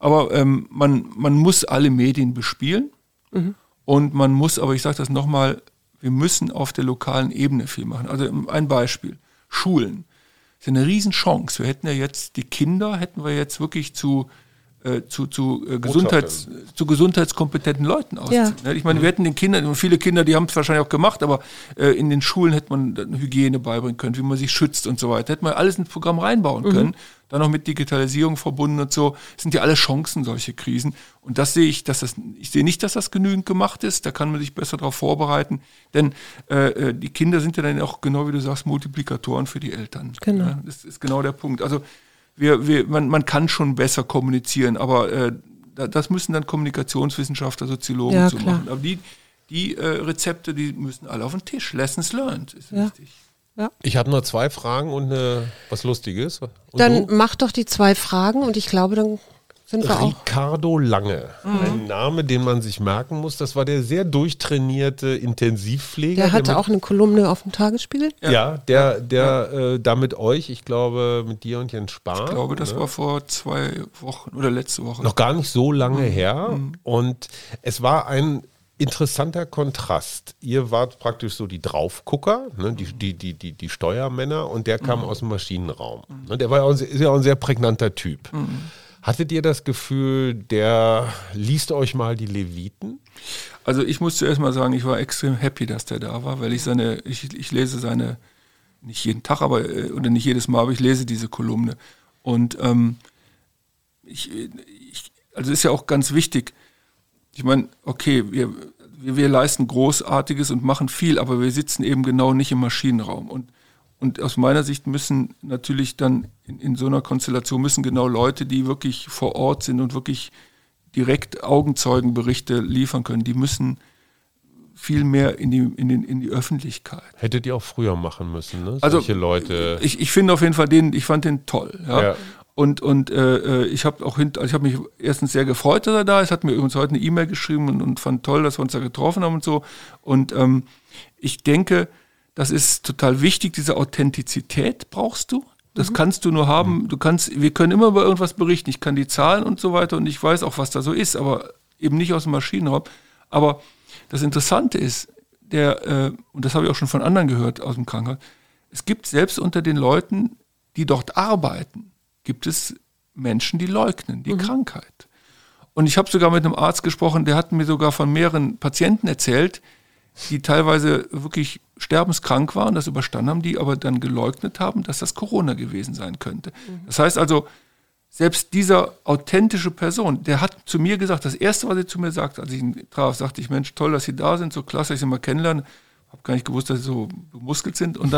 muss alle Medien bespielen. Und man muss, aber ich sage das nochmal, wir müssen auf der lokalen Ebene viel machen. Also ein Beispiel, Schulen. Das ist eine Riesenchance. Wir hätten ja jetzt die Kinder, wirklich zu gesundheitskompetenten Leuten ausziehen. Ja. Ich meine, wir hätten den Kindern, viele Kinder, die haben es wahrscheinlich auch gemacht, aber in den Schulen hätte man Hygiene beibringen können, wie man sich schützt und so weiter. Hätte man alles ins Programm reinbauen können. Dann noch mit Digitalisierung verbunden und so. Das sind ja alle Chancen, solche Krisen. Und das sehe ich, ich sehe nicht, dass das genügend gemacht ist. Da kann man sich besser darauf vorbereiten. Denn die Kinder sind ja dann auch, genau wie du sagst, Multiplikatoren für die Eltern. Genau. Ja, das ist genau der Punkt. Also man kann schon besser kommunizieren, aber das müssen dann Kommunikationswissenschaftler, Soziologen so machen. Aber die Rezepte, die müssen alle auf den Tisch. Lessons learned ist wichtig. Ja. Ich habe nur 2 Fragen und was Lustiges. Und dann mach doch die 2 Fragen und ich glaube, dann sind wir auch. Ricardo Lange, ein Name, den man sich merken muss. Das war der sehr durchtrainierte Intensivpfleger. Der hatte auch eine Kolumne auf dem Tagesspiegel. Ja, der da mit euch, ich glaube mit dir und Jens Spahn. Ich glaube, das war vor 2 Wochen oder letzte Woche. Noch gar nicht so lange her. Und es war ein interessanter Kontrast. Ihr wart praktisch so die Draufgucker, ne, die Steuermänner, und der kam aus dem Maschinenraum. Der ist ja auch ein sehr prägnanter Typ. Hattet ihr das Gefühl, der liest euch mal die Leviten? Also ich muss zuerst mal sagen, ich war extrem happy, dass der da war, weil ich lese seine, nicht jeden Tag, oder nicht jedes Mal, aber ich lese diese Kolumne. Und also ist ja auch ganz wichtig. Ich meine, okay, wir leisten Großartiges und machen viel, aber wir sitzen eben genau nicht im Maschinenraum. Und aus meiner Sicht müssen natürlich dann in so einer Konstellation genau Leute, die wirklich vor Ort sind und wirklich direkt Augenzeugenberichte liefern können, die müssen viel mehr in die Öffentlichkeit. Hättet ihr auch früher machen müssen, ne? Also, solche Leute. Ich finde auf jeden Fall ich fand den toll. Ja. Und ich habe mich erstens sehr gefreut, dass er da ist, hat mir übrigens heute eine E-Mail geschrieben und fand toll, dass wir uns da getroffen haben und so. Und ich denke, das ist total wichtig, diese Authentizität brauchst du. Das kannst du nur haben. Wir können immer über irgendwas berichten. Ich kann die Zahlen und so weiter und ich weiß auch, was da so ist, aber eben nicht aus dem Maschinenraum. Aber das Interessante ist, und das habe ich auch schon von anderen gehört aus dem Krankenhaus, es gibt selbst unter den Leuten, die dort arbeiten, gibt es Menschen, die leugnen die Krankheit. Und ich habe sogar mit einem Arzt gesprochen, der hat mir sogar von mehreren Patienten erzählt, die teilweise wirklich sterbenskrank waren, das überstanden haben, die aber dann geleugnet haben, dass das Corona gewesen sein könnte. Das heißt also, selbst dieser authentische Person, der hat zu mir gesagt, das Erste, was er zu mir sagte, als ich ihn traf, sagte ich, Mensch, toll, dass Sie da sind, so klasse, dass ich Sie mal kennenlernen. Habe gar nicht gewusst, dass Sie so bemuskelt sind. Und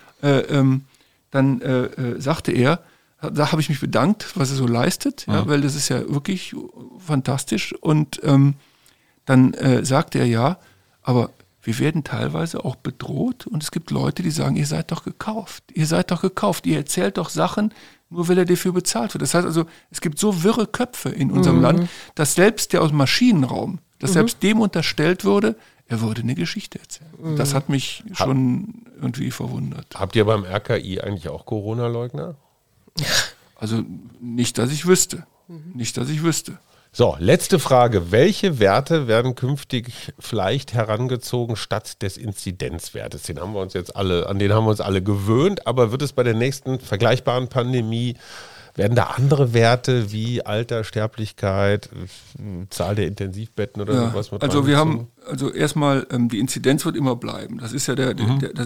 dann sagte er, da habe ich mich bedankt, was er so leistet, ja, weil das ist ja wirklich fantastisch. Und dann sagte er, ja, aber wir werden teilweise auch bedroht und es gibt Leute, die sagen, ihr seid doch gekauft, ihr erzählt doch Sachen, nur weil er dafür bezahlt wird. Das heißt also, es gibt so wirre Köpfe in unserem Land, dass selbst der aus dem Maschinenraum, dass selbst dem unterstellt würde, er würde eine Geschichte erzählen. Das hat mich schon irgendwie verwundert. Habt ihr beim RKI eigentlich auch Corona-Leugner? Also nicht, dass ich wüsste. Nicht, dass ich wüsste. So, letzte Frage. Welche Werte werden künftig vielleicht herangezogen statt des Inzidenzwertes? An den haben wir uns alle gewöhnt, aber wird es bei der nächsten vergleichbaren Pandemie, werden da andere Werte wie Alter, Sterblichkeit, Zahl der Intensivbetten oder sowas mit also wir haben, erstmal, die Inzidenz wird immer bleiben. Das ist ja der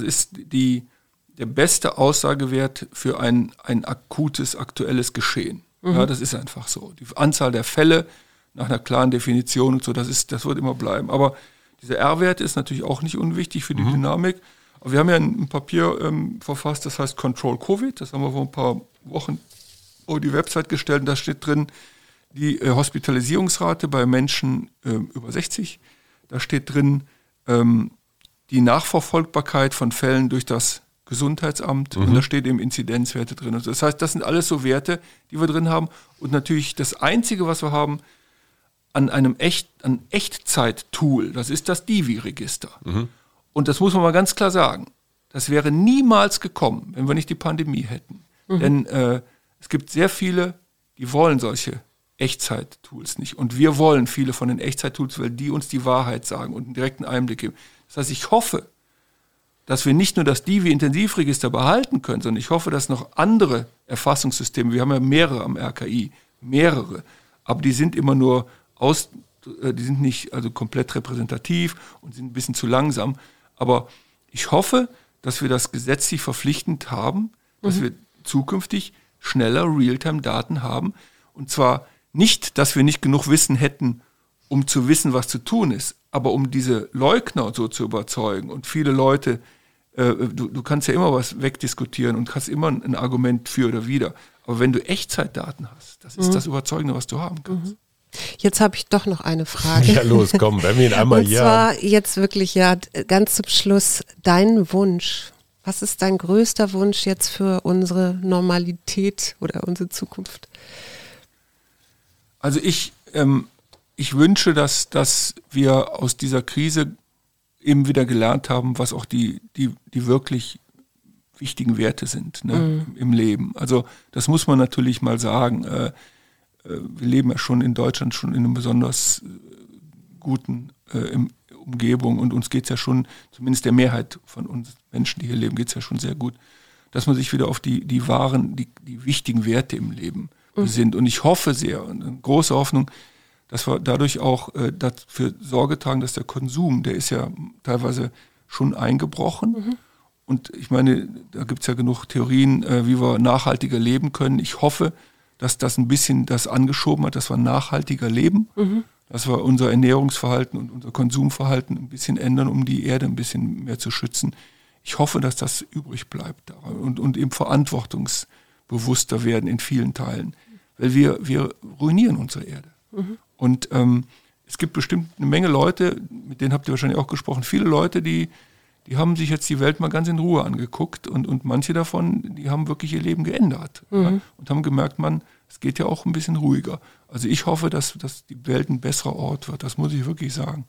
beste Aussagewert für ein akutes, aktuelles Geschehen. Ja, das ist einfach so. Die Anzahl der Fälle nach einer klaren Definition und so, das wird immer bleiben. Aber dieser R-Wert ist natürlich auch nicht unwichtig für die Dynamik. Aber wir haben ja ein Papier verfasst, das heißt Control Covid. Das haben wir vor ein paar Wochen auf die Website gestellt. Und da steht drin die Hospitalisierungsrate bei Menschen über 60. Da steht drin die Nachverfolgbarkeit von Fällen durch das Gesundheitsamt und da steht eben Inzidenzwerte drin. Also das heißt, das sind alles so Werte, die wir drin haben. Und natürlich das Einzige, was wir haben an einem Echtzeit-Tool, das ist das Divi-Register. Und das muss man mal ganz klar sagen. Das wäre niemals gekommen, wenn wir nicht die Pandemie hätten. Denn es gibt sehr viele, die wollen solche Echtzeit-Tools nicht. Und wir wollen viele von den Echtzeit-Tools, weil die uns die Wahrheit sagen und einen direkten Einblick geben. Das heißt, ich hoffe, dass wir nicht nur das Divi-Intensivregister behalten können, sondern ich hoffe, dass noch andere Erfassungssysteme, wir haben ja mehrere am RKI, aber die sind immer nur die sind nicht also komplett repräsentativ und sind ein bisschen zu langsam. Aber ich hoffe, dass wir das gesetzlich verpflichtend haben, dass wir zukünftig schneller Realtime-Daten haben. Und zwar nicht, dass wir nicht genug Wissen hätten, um zu wissen, was zu tun ist, aber um diese Leugner so zu überzeugen und viele Leute, du kannst ja immer was wegdiskutieren und hast immer ein Argument für oder wider. Aber wenn du Echtzeitdaten hast, das ist das Überzeugende, was du haben kannst. Jetzt habe ich doch noch eine Frage. Ja, los, komm, wenn wir ihn einmal hier haben. Und zwar jetzt wirklich, ganz zum Schluss, dein Wunsch. Was ist dein größter Wunsch jetzt für unsere Normalität oder unsere Zukunft? Also ich wünsche, dass wir aus dieser Krise eben wieder gelernt haben, was auch die wirklich wichtigen Werte sind im Leben. Also das muss man natürlich mal sagen. Wir leben ja schon in Deutschland schon in einer besonders guten Umgebung und uns geht es ja schon, zumindest der Mehrheit von uns Menschen, die hier leben, geht es ja schon sehr gut, dass man sich wieder auf die wichtigen Werte im Leben besinnt. Und ich hoffe sehr, und eine große Hoffnung, dass wir dadurch auch dafür Sorge tragen, dass der Konsum, der ist ja teilweise schon eingebrochen. Und ich meine, da gibt es ja genug Theorien, wie wir nachhaltiger leben können. Ich hoffe, dass das ein bisschen das angeschoben hat, dass wir nachhaltiger leben, dass wir unser Ernährungsverhalten und unser Konsumverhalten ein bisschen ändern, um die Erde ein bisschen mehr zu schützen. Ich hoffe, dass das übrig bleibt und eben verantwortungsbewusster werden in vielen Teilen, weil wir ruinieren unsere Erde. Und es gibt bestimmt eine Menge Leute, mit denen habt ihr wahrscheinlich auch gesprochen, viele Leute, die haben sich jetzt die Welt mal ganz in Ruhe angeguckt und manche davon, die haben wirklich ihr Leben geändert und haben gemerkt, es geht ja auch ein bisschen ruhiger. Also ich hoffe, dass die Welt ein besserer Ort wird, das muss ich wirklich sagen.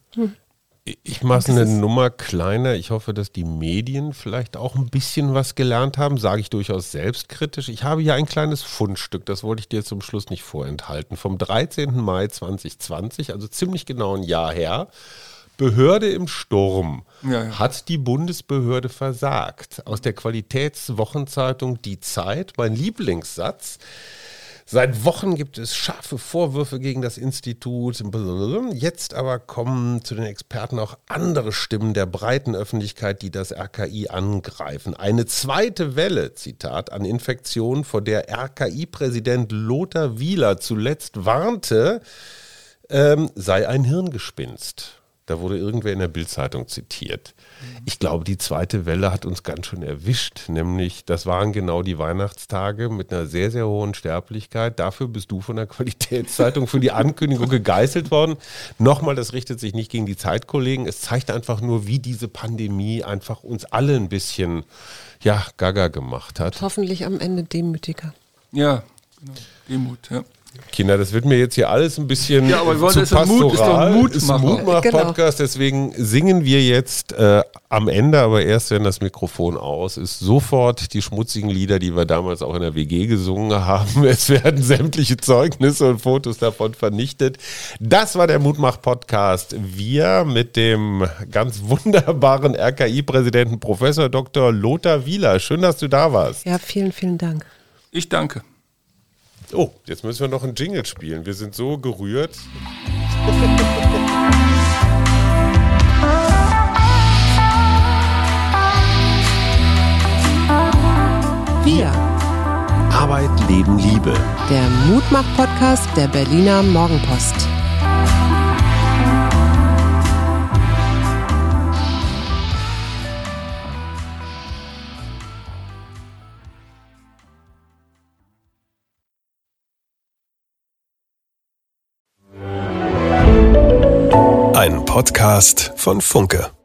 Ich mache es eine Nummer kleiner. Ich hoffe, dass die Medien vielleicht auch ein bisschen was gelernt haben, sage ich durchaus selbstkritisch. Ich habe hier ein kleines Fundstück, das wollte ich dir zum Schluss nicht vorenthalten. Vom 13. Mai 2020, also ziemlich genau ein Jahr her. Behörde im Sturm. Hat die Bundesbehörde versagt. Aus der Qualitätswochenzeitung Die Zeit, mein Lieblingssatz. Seit Wochen gibt es scharfe Vorwürfe gegen das Institut. Jetzt aber kommen zu den Experten auch andere Stimmen der breiten Öffentlichkeit, die das RKI angreifen. Eine zweite Welle, Zitat, an Infektionen, vor der RKI-Präsident Lothar Wieler zuletzt warnte, sei ein Hirngespinst. Da wurde irgendwer in der Bild-Zeitung zitiert. Ich glaube, die zweite Welle hat uns ganz schön erwischt. Nämlich, das waren genau die Weihnachtstage mit einer sehr, sehr hohen Sterblichkeit. Dafür bist du von der Qualitätszeitung für die Ankündigung gegeißelt worden. Nochmal, das richtet sich nicht gegen die Zeitkollegen. Es zeigt einfach nur, wie diese Pandemie einfach uns alle ein bisschen, gaga gemacht hat. Hoffentlich am Ende demütiger. Ja, genau. Demut, ja. Kinder, das wird mir jetzt hier alles ein bisschen Ja, aber wir wollen, zu ist doch pastoral. Mut, Ist ein Mutmach-Podcast, deswegen singen wir jetzt am Ende, aber erst wenn das Mikrofon aus ist, sofort die schmutzigen Lieder, die wir damals auch in der WG gesungen haben. Es werden sämtliche Zeugnisse und Fotos davon vernichtet. Das war der Mutmach-Podcast. Wir mit dem ganz wunderbaren RKI-Präsidenten Professor Dr. Lothar Wieler. Schön, dass du da warst. Ja, vielen, vielen Dank. Ich danke. Oh, jetzt müssen wir noch einen Jingle spielen. Wir sind so gerührt. Wir. Arbeit, Leben, Liebe. Der Mutmach-Podcast der Berliner Morgenpost. Ein Podcast von Funke.